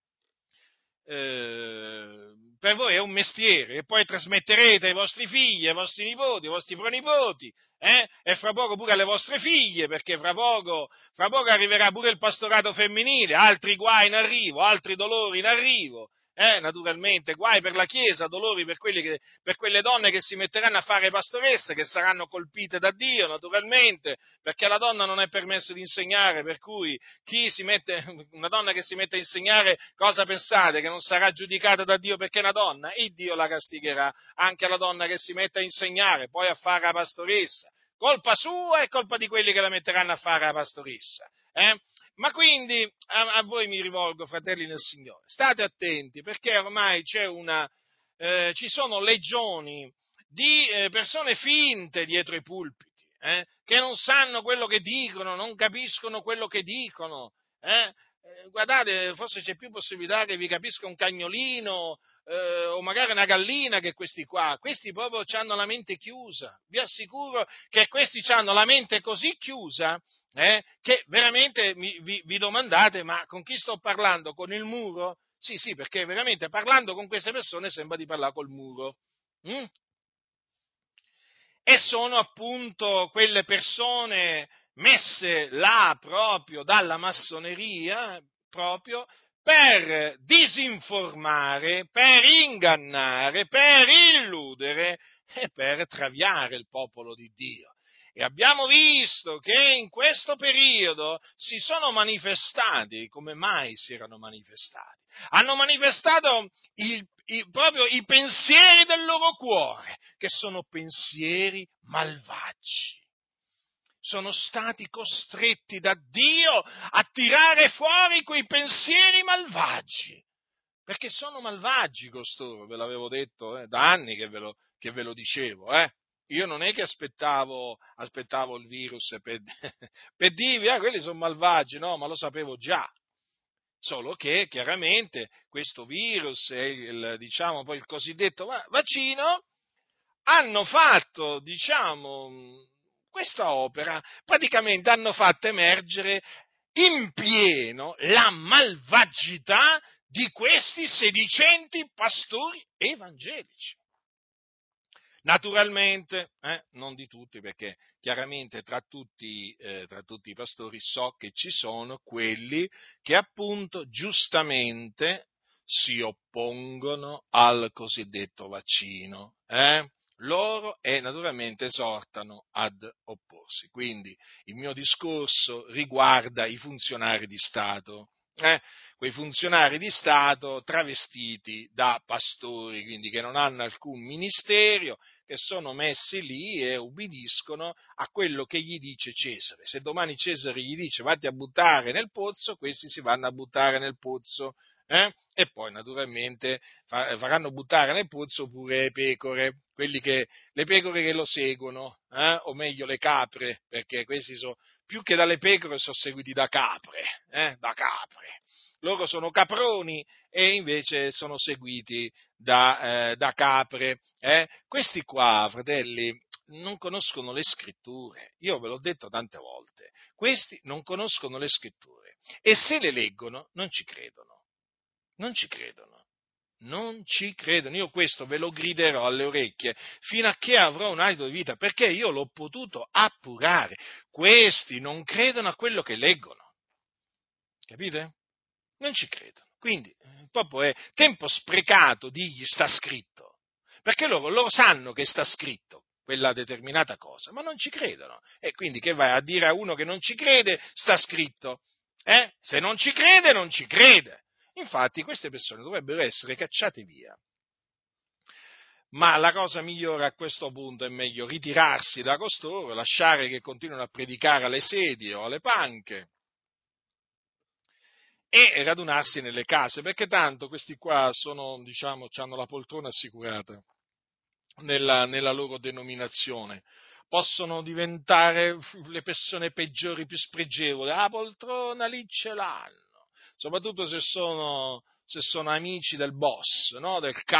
per voi è un mestiere e poi trasmetterete ai vostri figli, ai vostri nipoti, ai vostri pronipoti, e fra poco pure alle vostre figlie, perché fra poco arriverà pure il pastorato femminile, altri guai in arrivo, altri dolori in arrivo, naturalmente, guai per la Chiesa, dolori per quelle donne che si metteranno a fare pastoresse, che saranno colpite da Dio, naturalmente, perché alla donna non è permesso di insegnare, per cui una donna che si mette a insegnare, cosa pensate? Che non sarà giudicata da Dio perché è una donna? E Dio la castigherà anche la donna che si mette a insegnare, poi a fare la pastoressa. Colpa sua e colpa di quelli che la metteranno a fare la pastoressa. Ma quindi a voi mi rivolgo, fratelli nel Signore, state attenti, perché ormai ci sono legioni di persone finte dietro i pulpiti, che non sanno quello che dicono, non capiscono quello che dicono. Guardate, forse c'è più possibilità che vi capisca un cagnolino o magari una gallina che questi qua. Questi proprio hanno la mente chiusa. Vi assicuro che questi hanno la mente così chiusa che veramente vi domandate: ma con chi sto parlando? Con il muro? Sì, sì, perché veramente parlando con queste persone sembra di parlare col muro. Mm? E sono appunto quelle persone messe là proprio dalla massoneria, proprio per disinformare, per ingannare, per illudere e per traviare il popolo di Dio. E abbiamo visto che in questo periodo si sono manifestati come mai si erano manifestati. Hanno manifestato proprio i pensieri del loro cuore, che sono pensieri malvagi. Sono stati costretti da Dio a tirare fuori quei pensieri malvagi, perché sono malvagi costoro, ve l'avevo detto da anni che ve lo dicevo. Io non è che aspettavo il virus per dirvi, quelli sono malvagi, no, ma lo sapevo già. Solo che chiaramente questo virus e diciamo poi il cosiddetto vaccino hanno fatto, diciamo, questa opera, praticamente hanno fatto emergere in pieno la malvagità di questi sedicenti pastori evangelici. Naturalmente, non di tutti, perché chiaramente tra tutti i pastori so che ci sono quelli che appunto giustamente si oppongono al cosiddetto vaccino, loro e naturalmente esortano ad opporsi. Quindi il mio discorso riguarda i funzionari di Stato, quei funzionari di Stato travestiti da pastori, quindi che non hanno alcun ministero, che sono messi lì e ubbidiscono a quello che gli dice Cesare. Se domani Cesare gli dice vatti a buttare nel pozzo, questi si vanno a buttare nel pozzo. E poi naturalmente faranno buttare nel pozzo pure le pecore, le pecore che lo seguono, o meglio le capre, perché questi sono, più che dalle pecore, sono seguiti da capre, da capre. Loro sono caproni e invece sono seguiti da capre. Questi qua, fratelli, non conoscono le scritture. Io ve l'ho detto tante volte. Questi non conoscono le scritture e se le leggono non ci credono. Non ci credono. Non ci credono. Io questo ve lo griderò alle orecchie fino a che avrò un alito di vita, perché io l'ho potuto appurare. Questi non credono a quello che leggono. Capite? Non ci credono. Quindi, proprio è tempo sprecato digli sta scritto, perché loro sanno che sta scritto quella determinata cosa, ma non ci credono. E quindi che vai a dire a uno che non ci crede, sta scritto? Se non ci crede, non ci crede. Infatti queste persone dovrebbero essere cacciate via. Ma la cosa migliore a questo punto è meglio ritirarsi da costoro, lasciare che continuino a predicare alle sedie o alle panche, e radunarsi nelle case, perché tanto questi qua sono, diciamo, hanno la poltrona assicurata nella loro denominazione. Possono diventare le persone peggiori, più spregevoli, la poltrona lì ce l'hanno, soprattutto se sono amici del boss, no?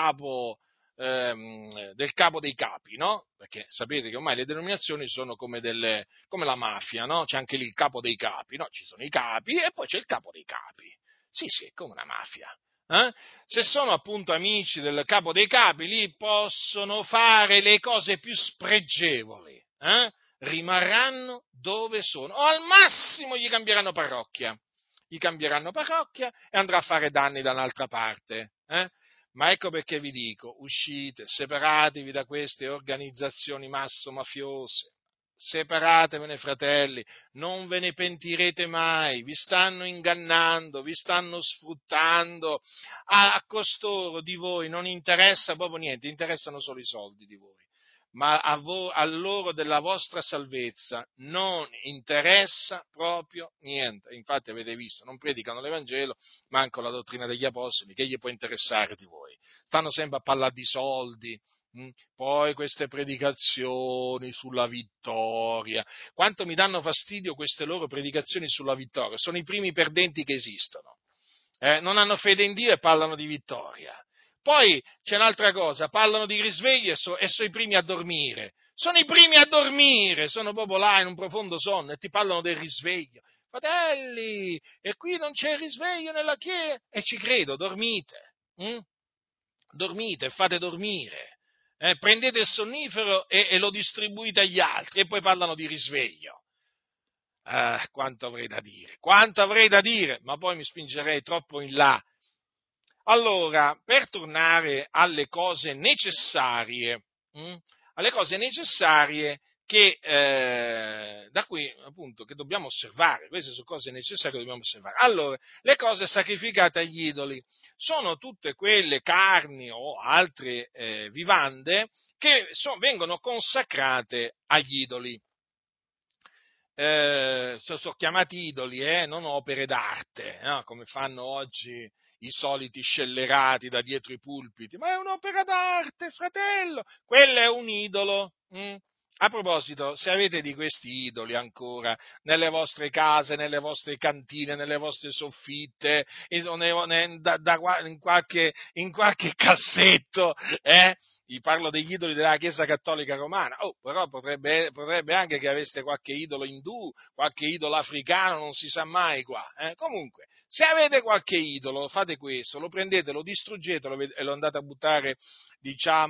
Del capo dei capi, no? Perché sapete che ormai le denominazioni sono come la mafia, no? C'è anche lì il capo dei capi, no? Ci sono i capi e poi c'è il capo dei capi. Sì, sì, è come una mafia. Se sono appunto amici del capo dei capi, lì possono fare le cose più spregevoli, rimarranno dove sono, o al massimo gli cambieranno parrocchia e andrà a fare danni da un'altra parte. Ma ecco perché vi dico, uscite, separatevi da queste organizzazioni masso-mafiose, separatevene fratelli, non ve ne pentirete mai, vi stanno ingannando, vi stanno sfruttando, a costoro di voi non interessa proprio niente, interessano solo i soldi di voi, ma a loro della vostra salvezza non interessa proprio niente. Infatti avete visto, non predicano l'Evangelo, manco la dottrina degli apostoli, che gli può interessare di voi? Stanno sempre a parlare di soldi. Poi queste predicazioni sulla vittoria, quanto mi danno fastidio queste loro predicazioni sulla vittoria, sono i primi perdenti che esistono, non hanno fede in Dio e parlano di vittoria. Poi c'è un'altra cosa, parlano di risveglio e sono i primi a dormire, sono i primi a dormire, sono proprio là in un profondo sonno e ti parlano del risveglio. Fratelli, e qui non c'è risveglio nella Chiesa, e ci credo, dormite. Dormite e fate dormire, prendete il sonnifero e lo distribuite agli altri e poi parlano di risveglio. Quanto avrei da dire, ma poi mi spingerei troppo in là. Allora, per tornare alle cose necessarie da qui appunto che dobbiamo osservare, queste sono cose necessarie che dobbiamo osservare. Allora, le cose sacrificate agli idoli sono tutte quelle carni o altre vivande che vengono consacrate agli idoli. Sono chiamati idoli, non opere d'arte, no? Come fanno oggi i soliti scellerati da dietro i pulpiti, ma è un'opera d'arte, fratello, quello è un idolo. A proposito, se avete di questi idoli ancora nelle vostre case, nelle vostre cantine, nelle vostre soffitte, in qualche cassetto, vi parlo degli idoli della Chiesa Cattolica Romana, però potrebbe anche che aveste qualche idolo indù, qualche idolo africano, non si sa mai qua. Comunque, se avete qualche idolo, fate questo, lo prendete, lo distruggetelo e lo andate a buttare, diciamo,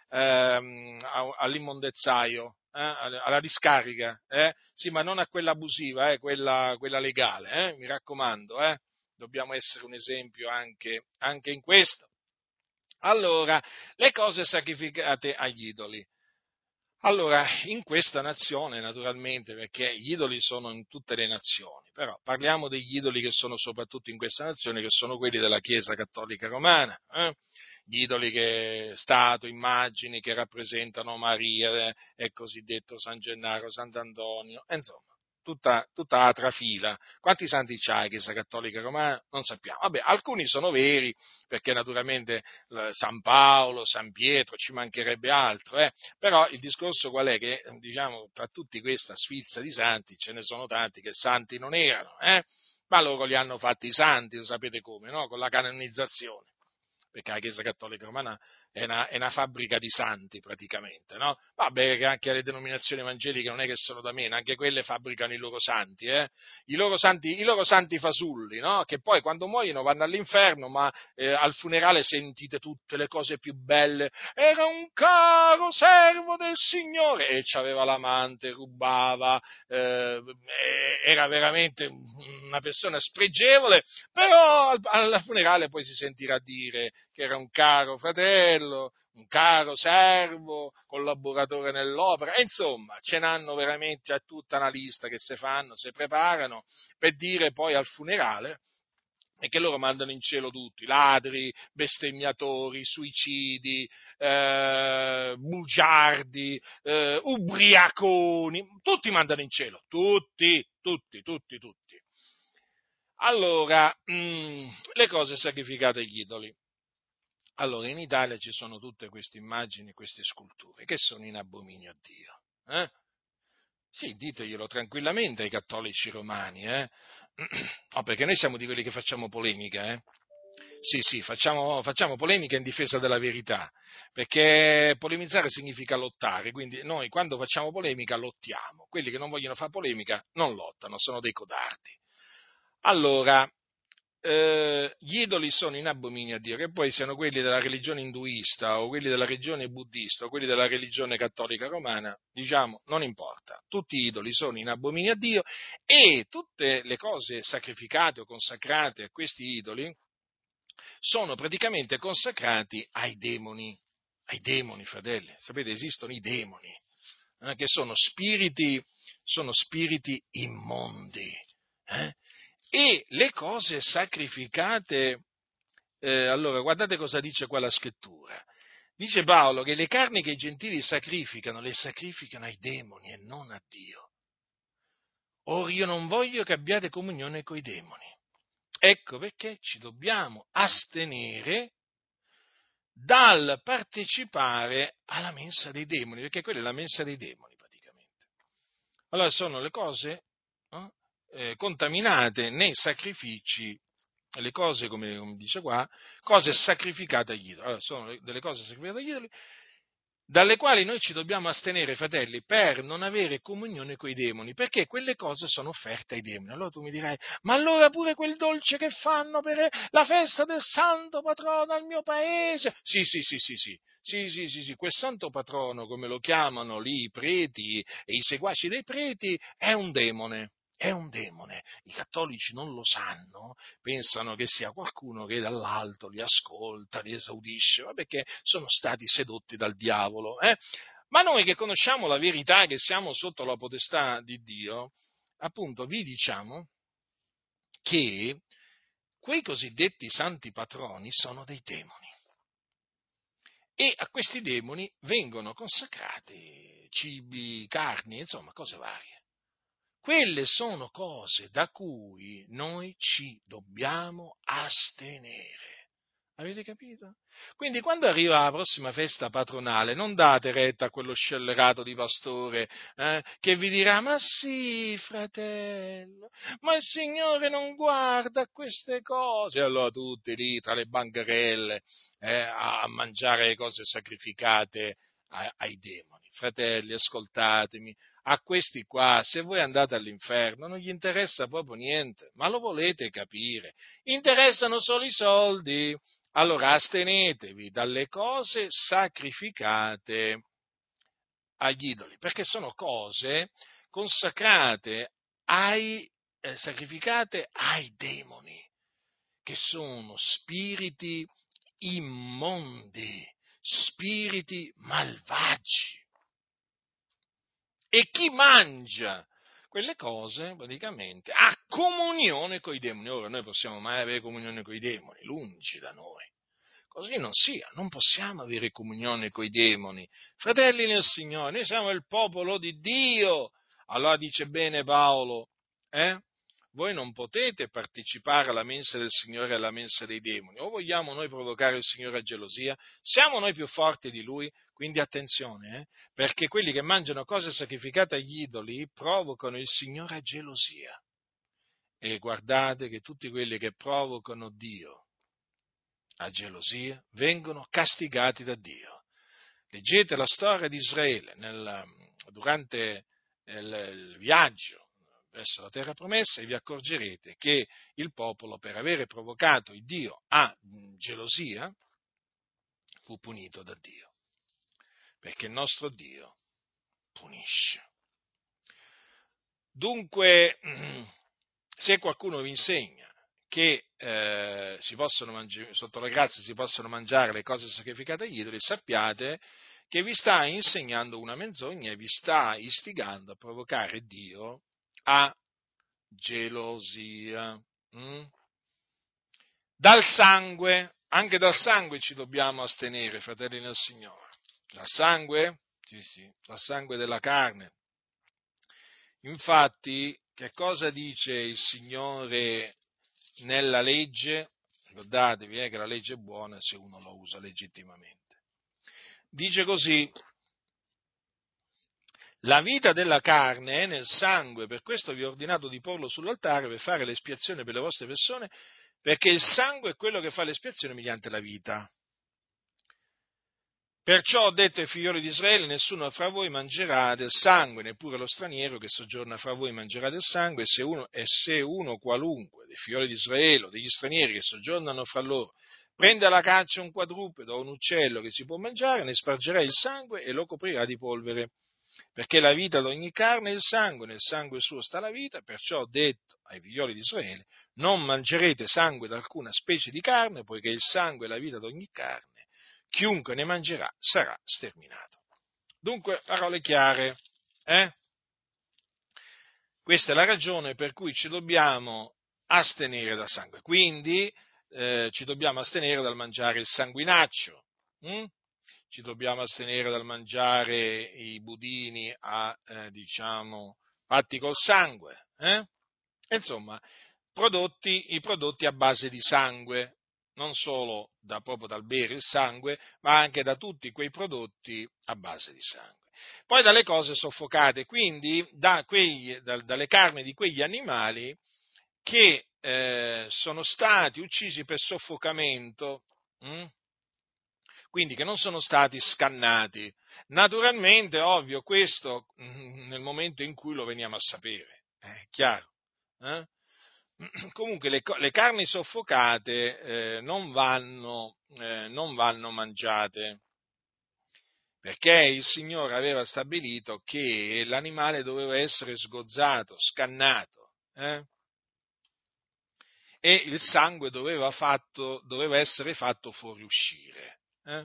all'immondezzaio, alla discarica, sì, ma non a quella abusiva, quella legale, mi raccomando, dobbiamo essere un esempio anche in questo. Allora, le cose sacrificate agli idoli. Allora, in questa nazione, naturalmente, perché gli idoli sono in tutte le nazioni, però parliamo degli idoli che sono soprattutto in questa nazione, che sono quelli della Chiesa Cattolica Romana, gli idoli che Stato, immagini che rappresentano Maria, e cosiddetto San Gennaro, Sant'Antonio, e insomma, tutta la trafila. Quanti santi c'ha la Chiesa Cattolica Romana? Non sappiamo. Vabbè, alcuni sono veri, perché naturalmente San Paolo, San Pietro, ci mancherebbe altro, però il discorso qual è? Che, diciamo, tra tutti questa sfilza di santi ce ne sono tanti che santi non erano, ma loro li hanno fatti santi, lo sapete come, no? Con la canonizzazione. Perché la Chiesa Cattolica Romana è una fabbrica di santi praticamente, no? Vabbè, che anche le denominazioni evangeliche non è che sono da meno, anche quelle fabbricano i loro santi, i loro santi fasulli, no? Che poi quando muoiono vanno all'inferno, ma al funerale sentite tutte le cose più belle. Era un caro servo del Signore e c'aveva l'amante, rubava, era veramente una persona spregevole, però al funerale poi si sentirà dire che era un caro fratello, un caro servo, collaboratore nell'opera, e insomma ce n'hanno veramente a tutta una lista che si fanno, si preparano per dire poi al funerale e che loro mandano in cielo tutti, ladri, bestemmiatori, suicidi, bugiardi, ubriaconi, tutti mandano in cielo, tutti, tutti, tutti, tutti. Allora, le cose sacrificate agli idoli. Allora, in Italia ci sono tutte queste immagini, queste sculture, che sono in abominio a Dio. Sì, diteglielo tranquillamente ai cattolici romani, No, perché noi siamo di quelli che facciamo polemica, Sì, sì, facciamo polemica in difesa della verità, perché polemizzare significa lottare, quindi noi quando facciamo polemica lottiamo, quelli che non vogliono fare polemica non lottano, sono dei codardi. Allora, gli idoli sono in abominio a Dio, che poi siano quelli della religione induista o quelli della religione buddista o quelli della religione cattolica romana, diciamo, non importa. Tutti gli idoli sono in abominio a Dio e tutte le cose sacrificate o consacrate a questi idoli sono praticamente consacrati ai demoni, fratelli. Sapete, esistono i demoni, che sono spiriti immondi, eh? E le cose sacrificate, allora guardate cosa dice qua la scrittura. Dice Paolo che le carni che i gentili sacrificano, le sacrificano ai demoni e non a Dio. Or io non voglio che abbiate comunione coi demoni. Ecco perché ci dobbiamo astenere dal partecipare alla mensa dei demoni, perché quella è la mensa dei demoni praticamente. Allora sono le cose, no? Contaminate nei sacrifici, le cose, come dice qua, cose sacrificate agli idoli. Allora, sono delle cose sacrificate agli idoli, dalle quali noi ci dobbiamo astenere, fratelli, per non avere comunione coi demoni, perché quelle cose sono offerte ai demoni. Allora tu mi dirai, ma allora pure quel dolce che fanno per la festa del santo patrono al mio paese? Sì, sì, sì, sì, sì, sì, sì, sì, sì. Quel santo patrono, come lo chiamano lì i preti e i seguaci dei preti, è un demone. È un demone. I cattolici non lo sanno, pensano che sia qualcuno che dall'alto li ascolta, li esaudisce, ma perché sono stati sedotti dal diavolo. Ma noi che conosciamo la verità, che siamo sotto la potestà di Dio, appunto vi diciamo che quei cosiddetti santi patroni sono dei demoni e a questi demoni vengono consacrati cibi, carni, insomma cose varie. Quelle sono cose da cui noi ci dobbiamo astenere. Avete capito? Quindi quando arriva la prossima festa patronale non date retta a quello scellerato di pastore che vi dirà ma sì fratello, ma il Signore non guarda a queste cose. E allora tutti lì tra le bancarelle a mangiare le cose sacrificate ai demoni. Fratelli, ascoltatemi, a questi qua, se voi andate all'inferno, non gli interessa proprio niente, ma lo volete capire. Interessano solo i soldi. Allora astenetevi dalle cose sacrificate agli idoli, perché sono cose consacrate sacrificate ai demoni, che sono spiriti immondi, spiriti malvagi. E chi mangia quelle cose, praticamente, ha comunione con i demoni. Ora, noi possiamo mai avere comunione con i demoni? Lungi da noi. Così non sia, non possiamo avere comunione con i demoni. Fratelli nel Signore, noi siamo il popolo di Dio. Allora dice bene Paolo, voi non potete partecipare alla mensa del Signore e alla mensa dei demoni. O vogliamo noi provocare il Signore a gelosia? Siamo noi più forti di Lui? Quindi attenzione, perché quelli che mangiano cose sacrificate agli idoli provocano il Signore a gelosia. E guardate che tutti quelli che provocano Dio a gelosia vengono castigati da Dio. Leggete la storia di Israele durante il viaggio verso la terra promessa e vi accorgerete che il popolo, per avere provocato il Dio a gelosia, fu punito da Dio, perché il nostro Dio punisce. Dunque, se qualcuno vi insegna che sotto la grazia si possono mangiare le cose sacrificate agli idoli, sappiate che vi sta insegnando una menzogna e vi sta istigando a provocare Dio a gelosia. Dal sangue, anche dal sangue ci dobbiamo astenere, fratelli nel Signore. Dal sangue? Sì, dal sangue della carne. Infatti, che cosa dice il Signore nella legge? Ricordatevi che la legge è buona se uno la usa legittimamente. Dice così: la vita della carne è nel sangue, per questo vi ho ordinato di porlo sull'altare per fare l'espiazione per le vostre persone, perché il sangue è quello che fa l'espiazione mediante la vita. Perciò ho detto ai figlioli di Israele, nessuno fra voi mangerà del sangue, neppure lo straniero che soggiorna fra voi mangerà del sangue, e se uno qualunque dei figlioli di Israele o degli stranieri che soggiornano fra loro prende alla caccia un quadrupede o un uccello che si può mangiare, ne spargerà il sangue e lo coprirà di polvere. Perché la vita di ogni carne è il sangue, nel sangue suo sta la vita, perciò ho detto ai figlioli di Israele, non mangerete sangue da alcuna specie di carne, poiché il sangue è la vita di ogni carne. Chiunque ne mangerà sarà sterminato. Dunque, parole chiare. Questa è la ragione per cui ci dobbiamo astenere dal sangue. Quindi ci dobbiamo astenere dal mangiare il sanguinaccio. Ci dobbiamo astenere dal mangiare i budini fatti col sangue. Insomma, i prodotti a base di sangue, non solo proprio dal bere il sangue, ma anche da tutti quei prodotti a base di sangue. Poi dalle cose soffocate, quindi dalle carni di quegli animali che sono stati uccisi per soffocamento, quindi che non sono stati scannati. Naturalmente, ovvio, questo nel momento in cui lo veniamo a sapere, è chiaro. Comunque le carni soffocate non vanno mangiate, perché il Signore aveva stabilito che l'animale doveva essere sgozzato, scannato, e il sangue doveva essere fatto fuoriuscire.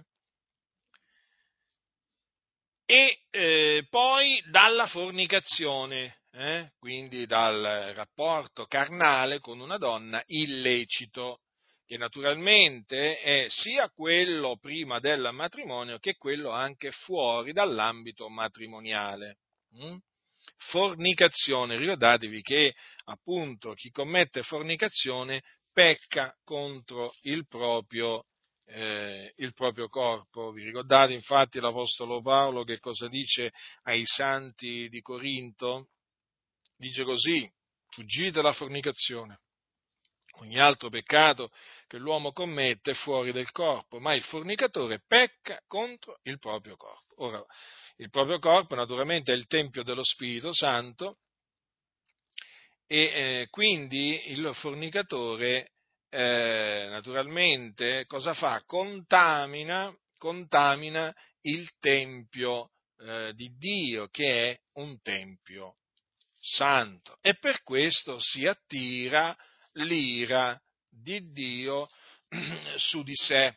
E poi dalla fornicazione, quindi dal rapporto carnale con una donna illecito, che naturalmente è sia quello prima del matrimonio che quello anche fuori dall'ambito matrimoniale. Fornicazione, ricordatevi che appunto chi commette fornicazione pecca contro il proprio corpo. Vi ricordate infatti l'Apostolo Paolo che cosa dice ai santi di Corinto? Dice così: fuggite dalla fornicazione. Ogni altro peccato che l'uomo commette è fuori del corpo, ma il fornicatore pecca contro il proprio corpo. Ora, il proprio corpo naturalmente è il tempio dello Spirito Santo e quindi il fornicatore naturalmente cosa fa? Contamina il Tempio di Dio, che è un Tempio santo, e per questo si attira l'ira di Dio su di sé.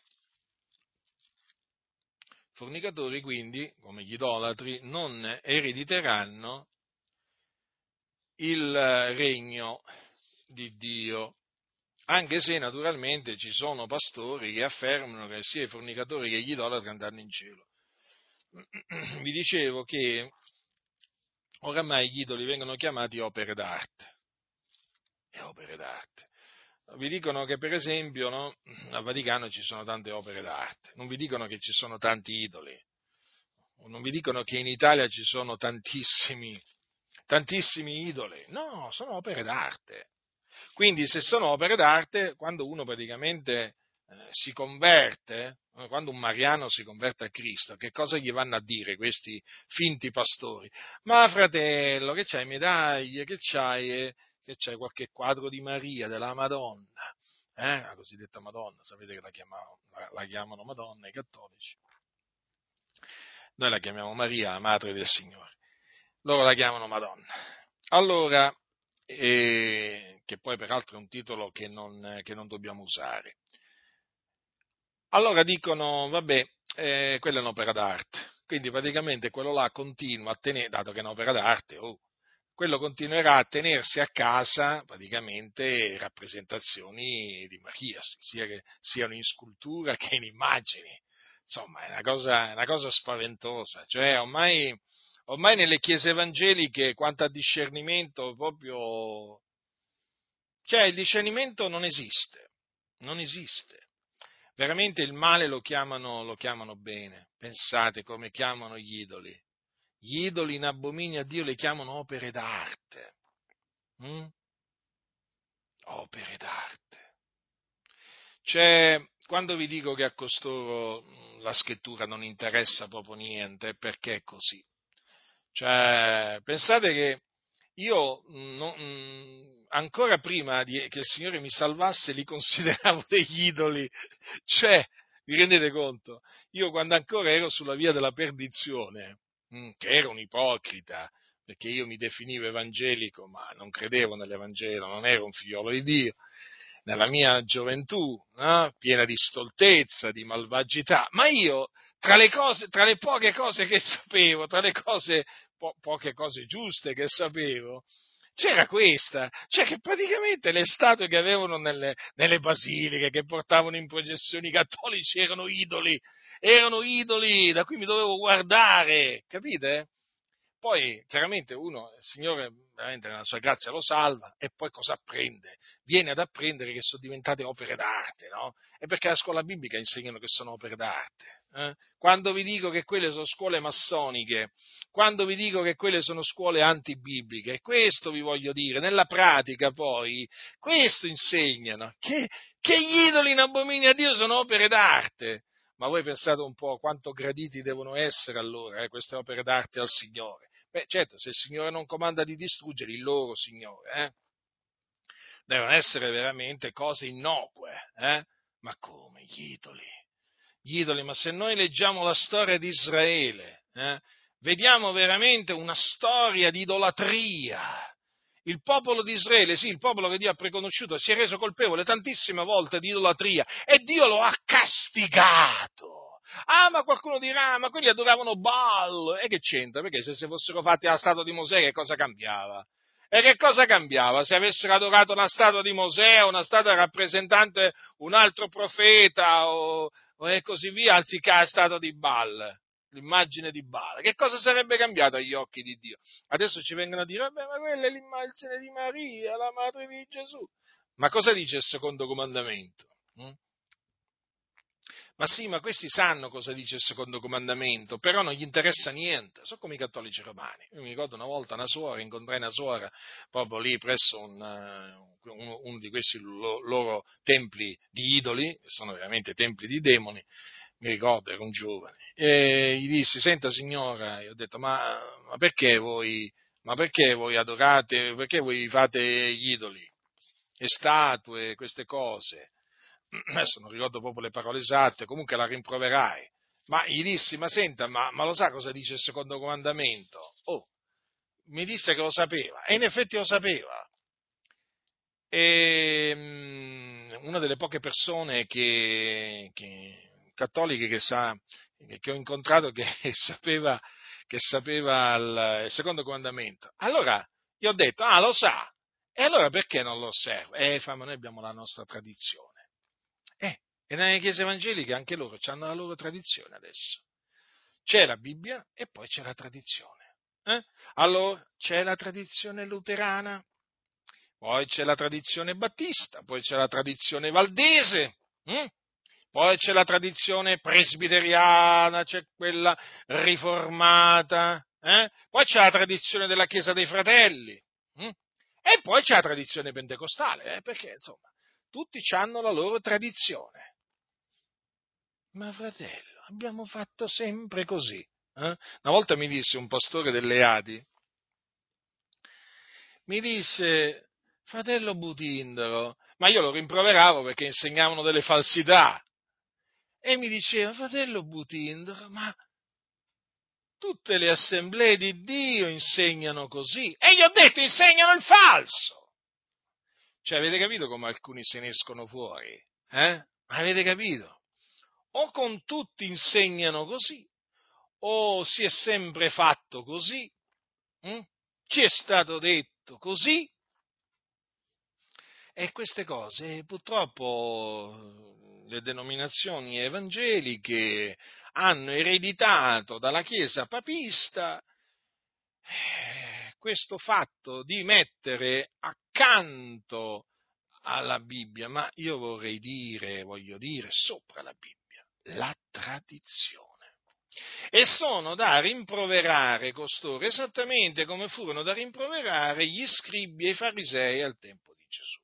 Fornicatori, quindi, come gli idolatri, non erediteranno il regno di Dio, anche se naturalmente ci sono pastori che affermano che sia i fornicatori che gli idolatri andranno in cielo. Vi dicevo che oramai gli idoli vengono chiamati opere d'arte. E opere d'arte. Vi dicono che, per esempio, no, al Vaticano ci sono tante opere d'arte, non vi dicono che ci sono tanti idoli, non vi dicono che in Italia ci sono tantissimi idoli, no, sono opere d'arte. Quindi, se sono opere d'arte, quando uno praticamente si converte, quando un mariano si converte a Cristo, che cosa gli vanno a dire questi finti pastori? Ma fratello, che c'hai medaglie, che c'hai qualche quadro di Maria, della Madonna, la cosiddetta Madonna, sapete che la chiamano Madonna i cattolici, noi la chiamiamo Maria, la madre del Signore, loro la chiamano Madonna. Allora, che poi peraltro è un titolo che non dobbiamo usare. Allora dicono, vabbè, quella è un'opera d'arte, quindi praticamente quello là continua a tenere, dato che è un'opera d'arte, quello continuerà a tenersi a casa praticamente rappresentazioni di Maria, sia che siano in scultura che in immagini. Insomma, è una cosa spaventosa, cioè ormai nelle chiese evangeliche, quanto a discernimento, proprio, cioè il discernimento non esiste, non esiste. Veramente il male lo chiamano bene. Pensate come chiamano gli idoli. Gli idoli in abominio a Dio le chiamano opere d'arte. Mm? Opere d'arte. Cioè, quando vi dico che a costoro la scrittura non interessa proprio niente, è perché è così. Cioè, pensate che io ancora prima che il Signore mi salvasse li consideravo degli idoli. Cioè, vi rendete conto? Io quando ancora ero sulla via della perdizione, che ero un ipocrita, perché io mi definivo evangelico, ma non credevo nell'Evangelo, non ero un figliolo di Dio, nella mia gioventù, no? Piena di stoltezza, di malvagità, ma io, tra le poche cose che sapevo, tra le cose, poche cose giuste che sapevo, c'era questa, cioè che praticamente le statue che avevano nelle basiliche, che portavano in processione i cattolici, erano idoli da cui mi dovevo guardare, capite? Poi chiaramente il Signore veramente nella sua grazia lo salva, e poi cosa apprende? Viene ad apprendere che sono diventate opere d'arte, no? E perché la scuola biblica insegnano che sono opere d'arte. Quando vi dico che quelle sono scuole massoniche, quando vi dico che quelle sono scuole antibibliche, questo vi voglio dire, nella pratica poi, questo insegnano, che gli idoli in abominio a Dio sono opere d'arte. Ma voi pensate un po' quanto graditi devono essere allora queste opere d'arte al Signore? Beh, certo, se il Signore non comanda di distruggere il loro Signore, devono essere veramente cose innocue, Ma come gli idoli? Gli idoli, ma se noi leggiamo la storia di Israele, vediamo veramente una storia di idolatria. Il popolo di Israele, sì, il popolo che Dio ha preconosciuto, si è reso colpevole tantissime volte di idolatria e Dio lo ha castigato. Ah, ma qualcuno dirà, ma quelli adoravano Baal. E che c'entra? Perché se fossero fatti alla statua di Mosè, che cosa cambiava? E che cosa cambiava se avessero adorato una statua di Mosè o una statua rappresentante un altro profeta e così via, anziché la statua di Baal, l'immagine di Baal? Che cosa sarebbe cambiato agli occhi di Dio? Adesso ci vengono a dire, vabbè, ma quella è l'immagine di Maria, la madre di Gesù. Ma cosa dice il secondo comandamento? Ma sì, ma questi sanno cosa dice il secondo comandamento, però non gli interessa niente. Sono come i cattolici romani. Io mi ricordo una volta incontrai una suora proprio lì presso uno di questi loro templi di idoli, che sono veramente templi di demoni. Mi ricordo, ero un giovane, e gli dissi, senta signora, io ho detto, ma perché voi adorate, perché voi fate gli idoli? e statue, queste cose. Adesso non ricordo proprio le parole esatte, comunque la rimproverai. Ma gli dissi, ma senta, ma lo sa cosa dice il secondo comandamento? Oh, mi disse che lo sapeva, e in effetti lo sapeva. E una delle poche persone cattoliche che ho incontrato che sapeva il secondo comandamento. Allora gli ho detto, lo sa, e allora perché non lo osserva? Ma noi abbiamo la nostra tradizione. E nelle chiese evangeliche anche loro hanno la loro tradizione adesso. C'è la Bibbia e poi c'è la tradizione. Allora c'è la tradizione luterana, poi c'è la tradizione battista, poi c'è la tradizione valdese, poi c'è la tradizione presbiteriana, c'è quella riformata, poi c'è la tradizione della Chiesa dei Fratelli, e poi c'è la tradizione pentecostale, perché insomma tutti hanno la loro tradizione. Ma fratello, abbiamo fatto sempre così. Una volta mi disse un pastore delle Adi, mi disse, fratello Butindaro, ma io lo rimproveravo perché insegnavano delle falsità, e mi diceva, fratello Butindaro, ma tutte le assemblee di Dio insegnano così, e gli ho detto, insegnano il falso. Cioè, avete capito come alcuni se ne escono fuori? Avete capito? O con tutti insegnano così, o si è sempre fatto così, ci è stato detto così, e queste cose purtroppo le denominazioni evangeliche hanno ereditato dalla Chiesa papista questo fatto di mettere accanto alla Bibbia, ma io voglio dire sopra la Bibbia, la tradizione. E sono da rimproverare costoro, esattamente come furono da rimproverare gli scribi e i farisei al tempo di Gesù.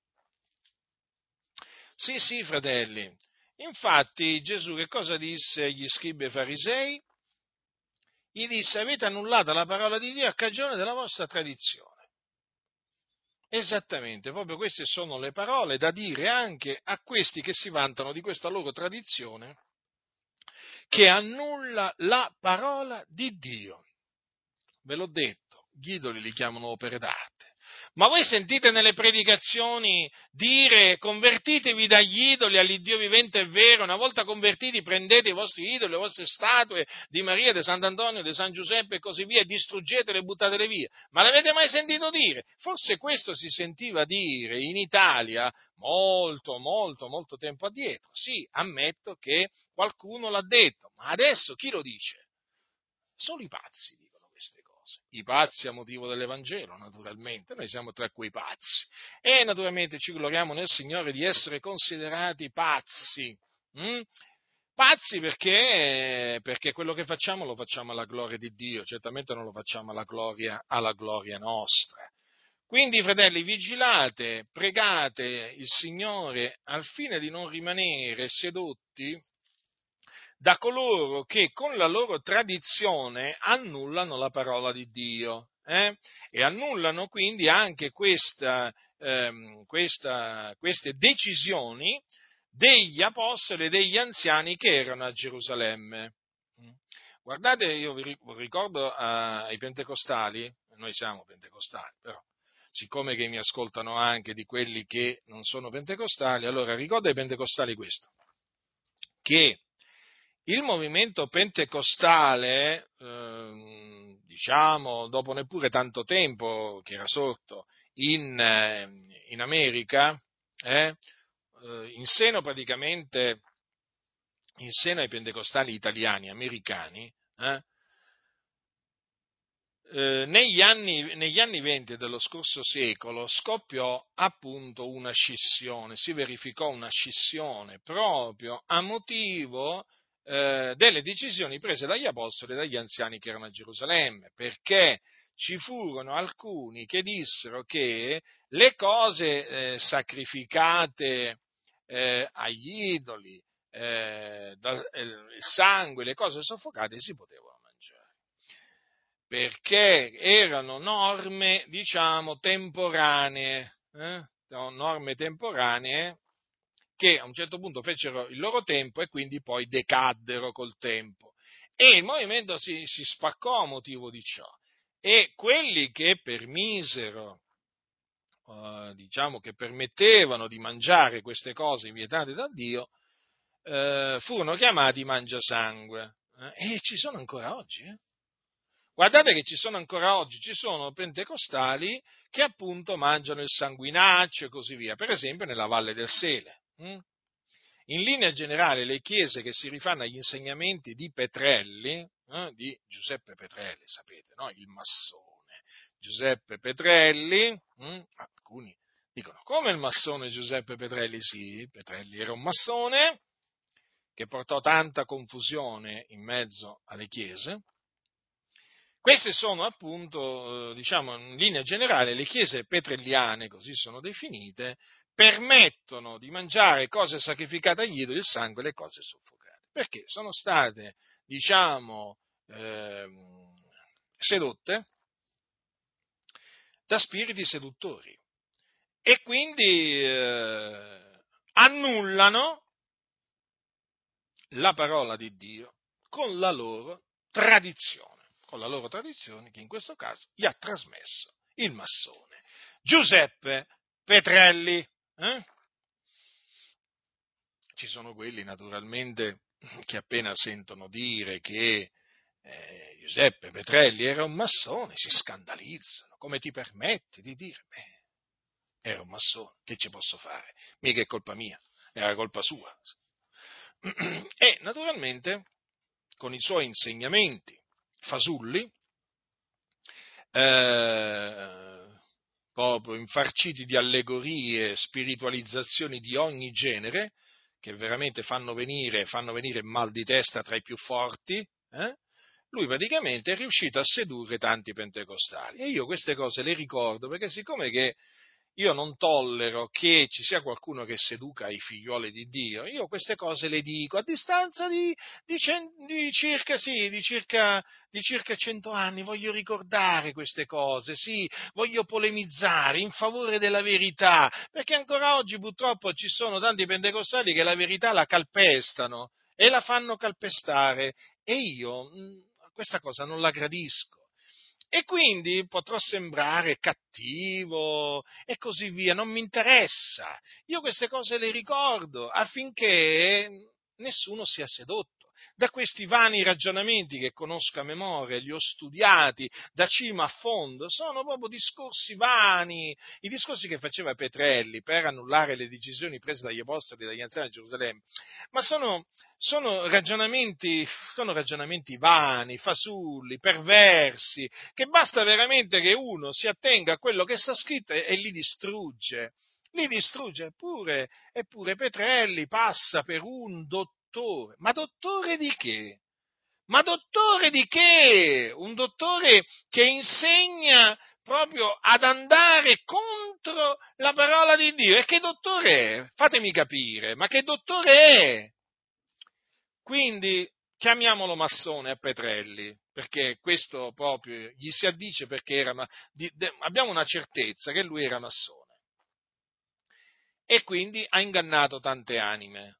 Sì, fratelli. Infatti Gesù che cosa disse agli scribi e ai farisei? Gli disse: avete annullato la parola di Dio a cagione della vostra tradizione. Esattamente, proprio queste sono le parole da dire anche a questi che si vantano di questa loro tradizione, che annulla la parola di Dio. Ve l'ho detto, gli idoli li chiamano opere d'arte. Ma voi sentite nelle predicazioni dire convertitevi dagli idoli all'Iddio vivente e vero, una volta convertiti prendete i vostri idoli, le vostre statue di Maria, di Sant'Antonio, di San Giuseppe e così via, e distruggetele e buttatele via. Ma l'avete mai sentito dire? Forse questo si sentiva dire in Italia molto tempo addietro. Sì, ammetto che qualcuno l'ha detto, ma adesso chi lo dice? Solo i pazzi dicono queste cose. I pazzi a motivo dell'Evangelo, naturalmente. Noi siamo tra quei pazzi. E naturalmente ci gloriamo nel Signore di essere considerati pazzi. Pazzi perché quello che facciamo lo facciamo alla gloria di Dio, certamente non lo facciamo alla gloria nostra. Quindi, fratelli, vigilate, pregate il Signore al fine di non rimanere sedotti da coloro che con la loro tradizione annullano la parola di Dio e annullano quindi anche queste decisioni degli apostoli e degli anziani che erano a Gerusalemme. Guardate, io vi ricordo ai pentecostali, noi siamo pentecostali, però siccome che mi ascoltano anche di quelli che non sono pentecostali, allora ricordo ai pentecostali questo, che il movimento pentecostale, diciamo, dopo neppure tanto tempo che era sorto in America, in seno praticamente, in seno ai pentecostali italiani, americani, negli anni 20 dello scorso secolo scoppiò appunto una scissione, si verificò una scissione proprio a motivo delle decisioni prese dagli apostoli e dagli anziani che erano a Gerusalemme, perché ci furono alcuni che dissero che le cose sacrificate agli idoli, il sangue, le cose soffocate si potevano mangiare, perché erano norme, diciamo, temporanee, norme temporanee che a un certo punto fecero il loro tempo e quindi poi decaddero col tempo. E il movimento si spaccò a motivo di ciò. E quelli che permisero, diciamo che permettevano di mangiare queste cose vietate da Dio, furono chiamati mangiasangue. E ci sono ancora oggi. Guardate che ci sono ancora oggi, ci sono pentecostali che appunto mangiano il sanguinaccio e così via, per esempio nella Valle del Sele. In linea generale le chiese che si rifanno agli insegnamenti di Petrelli, di Giuseppe Petrelli, sapete, no? Il massone Giuseppe Petrelli, alcuni dicono come il massone Giuseppe Petrelli? Sì, Petrelli era un massone che portò tanta confusione in mezzo alle chiese. Queste sono appunto, diciamo, in linea generale, le chiese petrelliane, così sono definite, permettono di mangiare cose sacrificate agli idoli, il sangue e le cose soffocate. Perché sono state, diciamo, sedotte da spiriti seduttori e quindi annullano la parola di Dio con la loro tradizione che in questo caso gli ha trasmesso il massone Giuseppe Petrelli. Ci sono quelli naturalmente che appena sentono dire che Giuseppe Petrelli era un massone si scandalizzano. Come ti permetti di dire? Era un massone, che ci posso fare? Mica è colpa mia, era colpa sua. E naturalmente con i suoi insegnamenti fasulli, proprio infarciti di allegorie, spiritualizzazioni di ogni genere, che veramente fanno venire mal di testa tra i più forti, lui praticamente è riuscito a sedurre tanti pentecostali. E io queste cose le ricordo perché siccome che io non tollero che ci sia qualcuno che seduca i figlioli di Dio, io queste cose le dico a distanza di circa 100 anni, voglio ricordare queste cose, sì, voglio polemizzare in favore della verità, perché ancora oggi purtroppo ci sono tanti pentecostali che la verità la calpestano e la fanno calpestare e io questa cosa non la gradisco. E quindi potrò sembrare cattivo e così via, non mi interessa. Io queste cose le ricordo affinché nessuno sia sedotto da questi vani ragionamenti che conosco a memoria, li ho studiati da cima a fondo, sono proprio discorsi vani, i discorsi che faceva Petrelli per annullare le decisioni prese dagli apostoli e dagli anziani di Gerusalemme, ma sono ragionamenti vani, fasulli, perversi, che basta veramente che uno si attenga a quello che sta scritto e li distrugge. Eppure Petrelli passa per un dottore. Ma dottore di che? Ma dottore di che? Un dottore che insegna proprio ad andare contro la parola di Dio. E che dottore è? Fatemi capire, ma che dottore è? Quindi chiamiamolo massone a Petrelli, perché questo proprio gli si addice perché abbiamo una certezza che lui era massone. E quindi ha ingannato tante anime.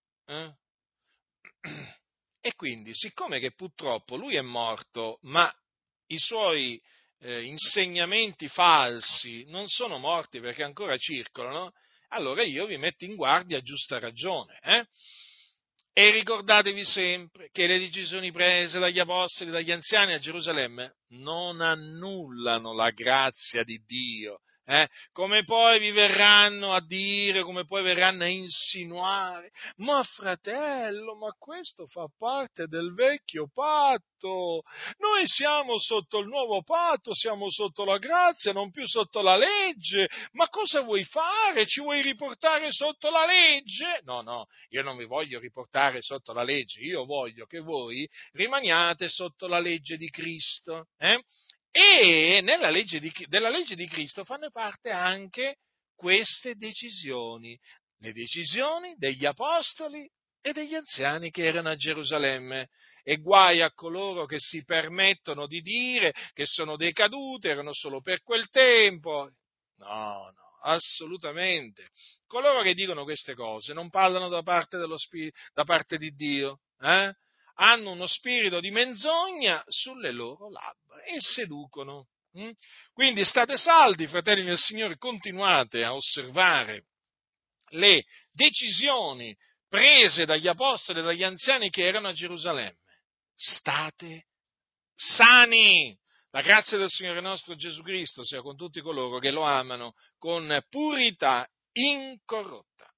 E quindi, siccome che purtroppo lui è morto, ma i suoi insegnamenti falsi non sono morti perché ancora circolano, allora io vi metto in guardia a giusta ragione. E ricordatevi sempre che le decisioni prese dagli apostoli e dagli anziani a Gerusalemme non annullano la grazia di Dio. Come poi vi verranno a dire, come poi verranno a insinuare, ma fratello, ma questo fa parte del vecchio patto, noi siamo sotto il nuovo patto, siamo sotto la grazia, non più sotto la legge, ma cosa vuoi fare? Ci vuoi riportare sotto la legge? No, io non vi voglio riportare sotto la legge, io voglio che voi rimaniate sotto la legge di Cristo, E della legge di Cristo fanno parte anche queste decisioni, le decisioni degli apostoli e degli anziani che erano a Gerusalemme. E guai a coloro che si permettono di dire che sono decadute, erano solo per quel tempo. No, assolutamente. Coloro che dicono queste cose non parlano da parte di Dio, hanno uno spirito di menzogna sulle loro labbra e seducono. Quindi state saldi, fratelli del Signore, continuate a osservare le decisioni prese dagli apostoli e dagli anziani che erano a Gerusalemme. State sani. La grazia del Signore nostro Gesù Cristo sia con tutti coloro che lo amano con purità incorrotta.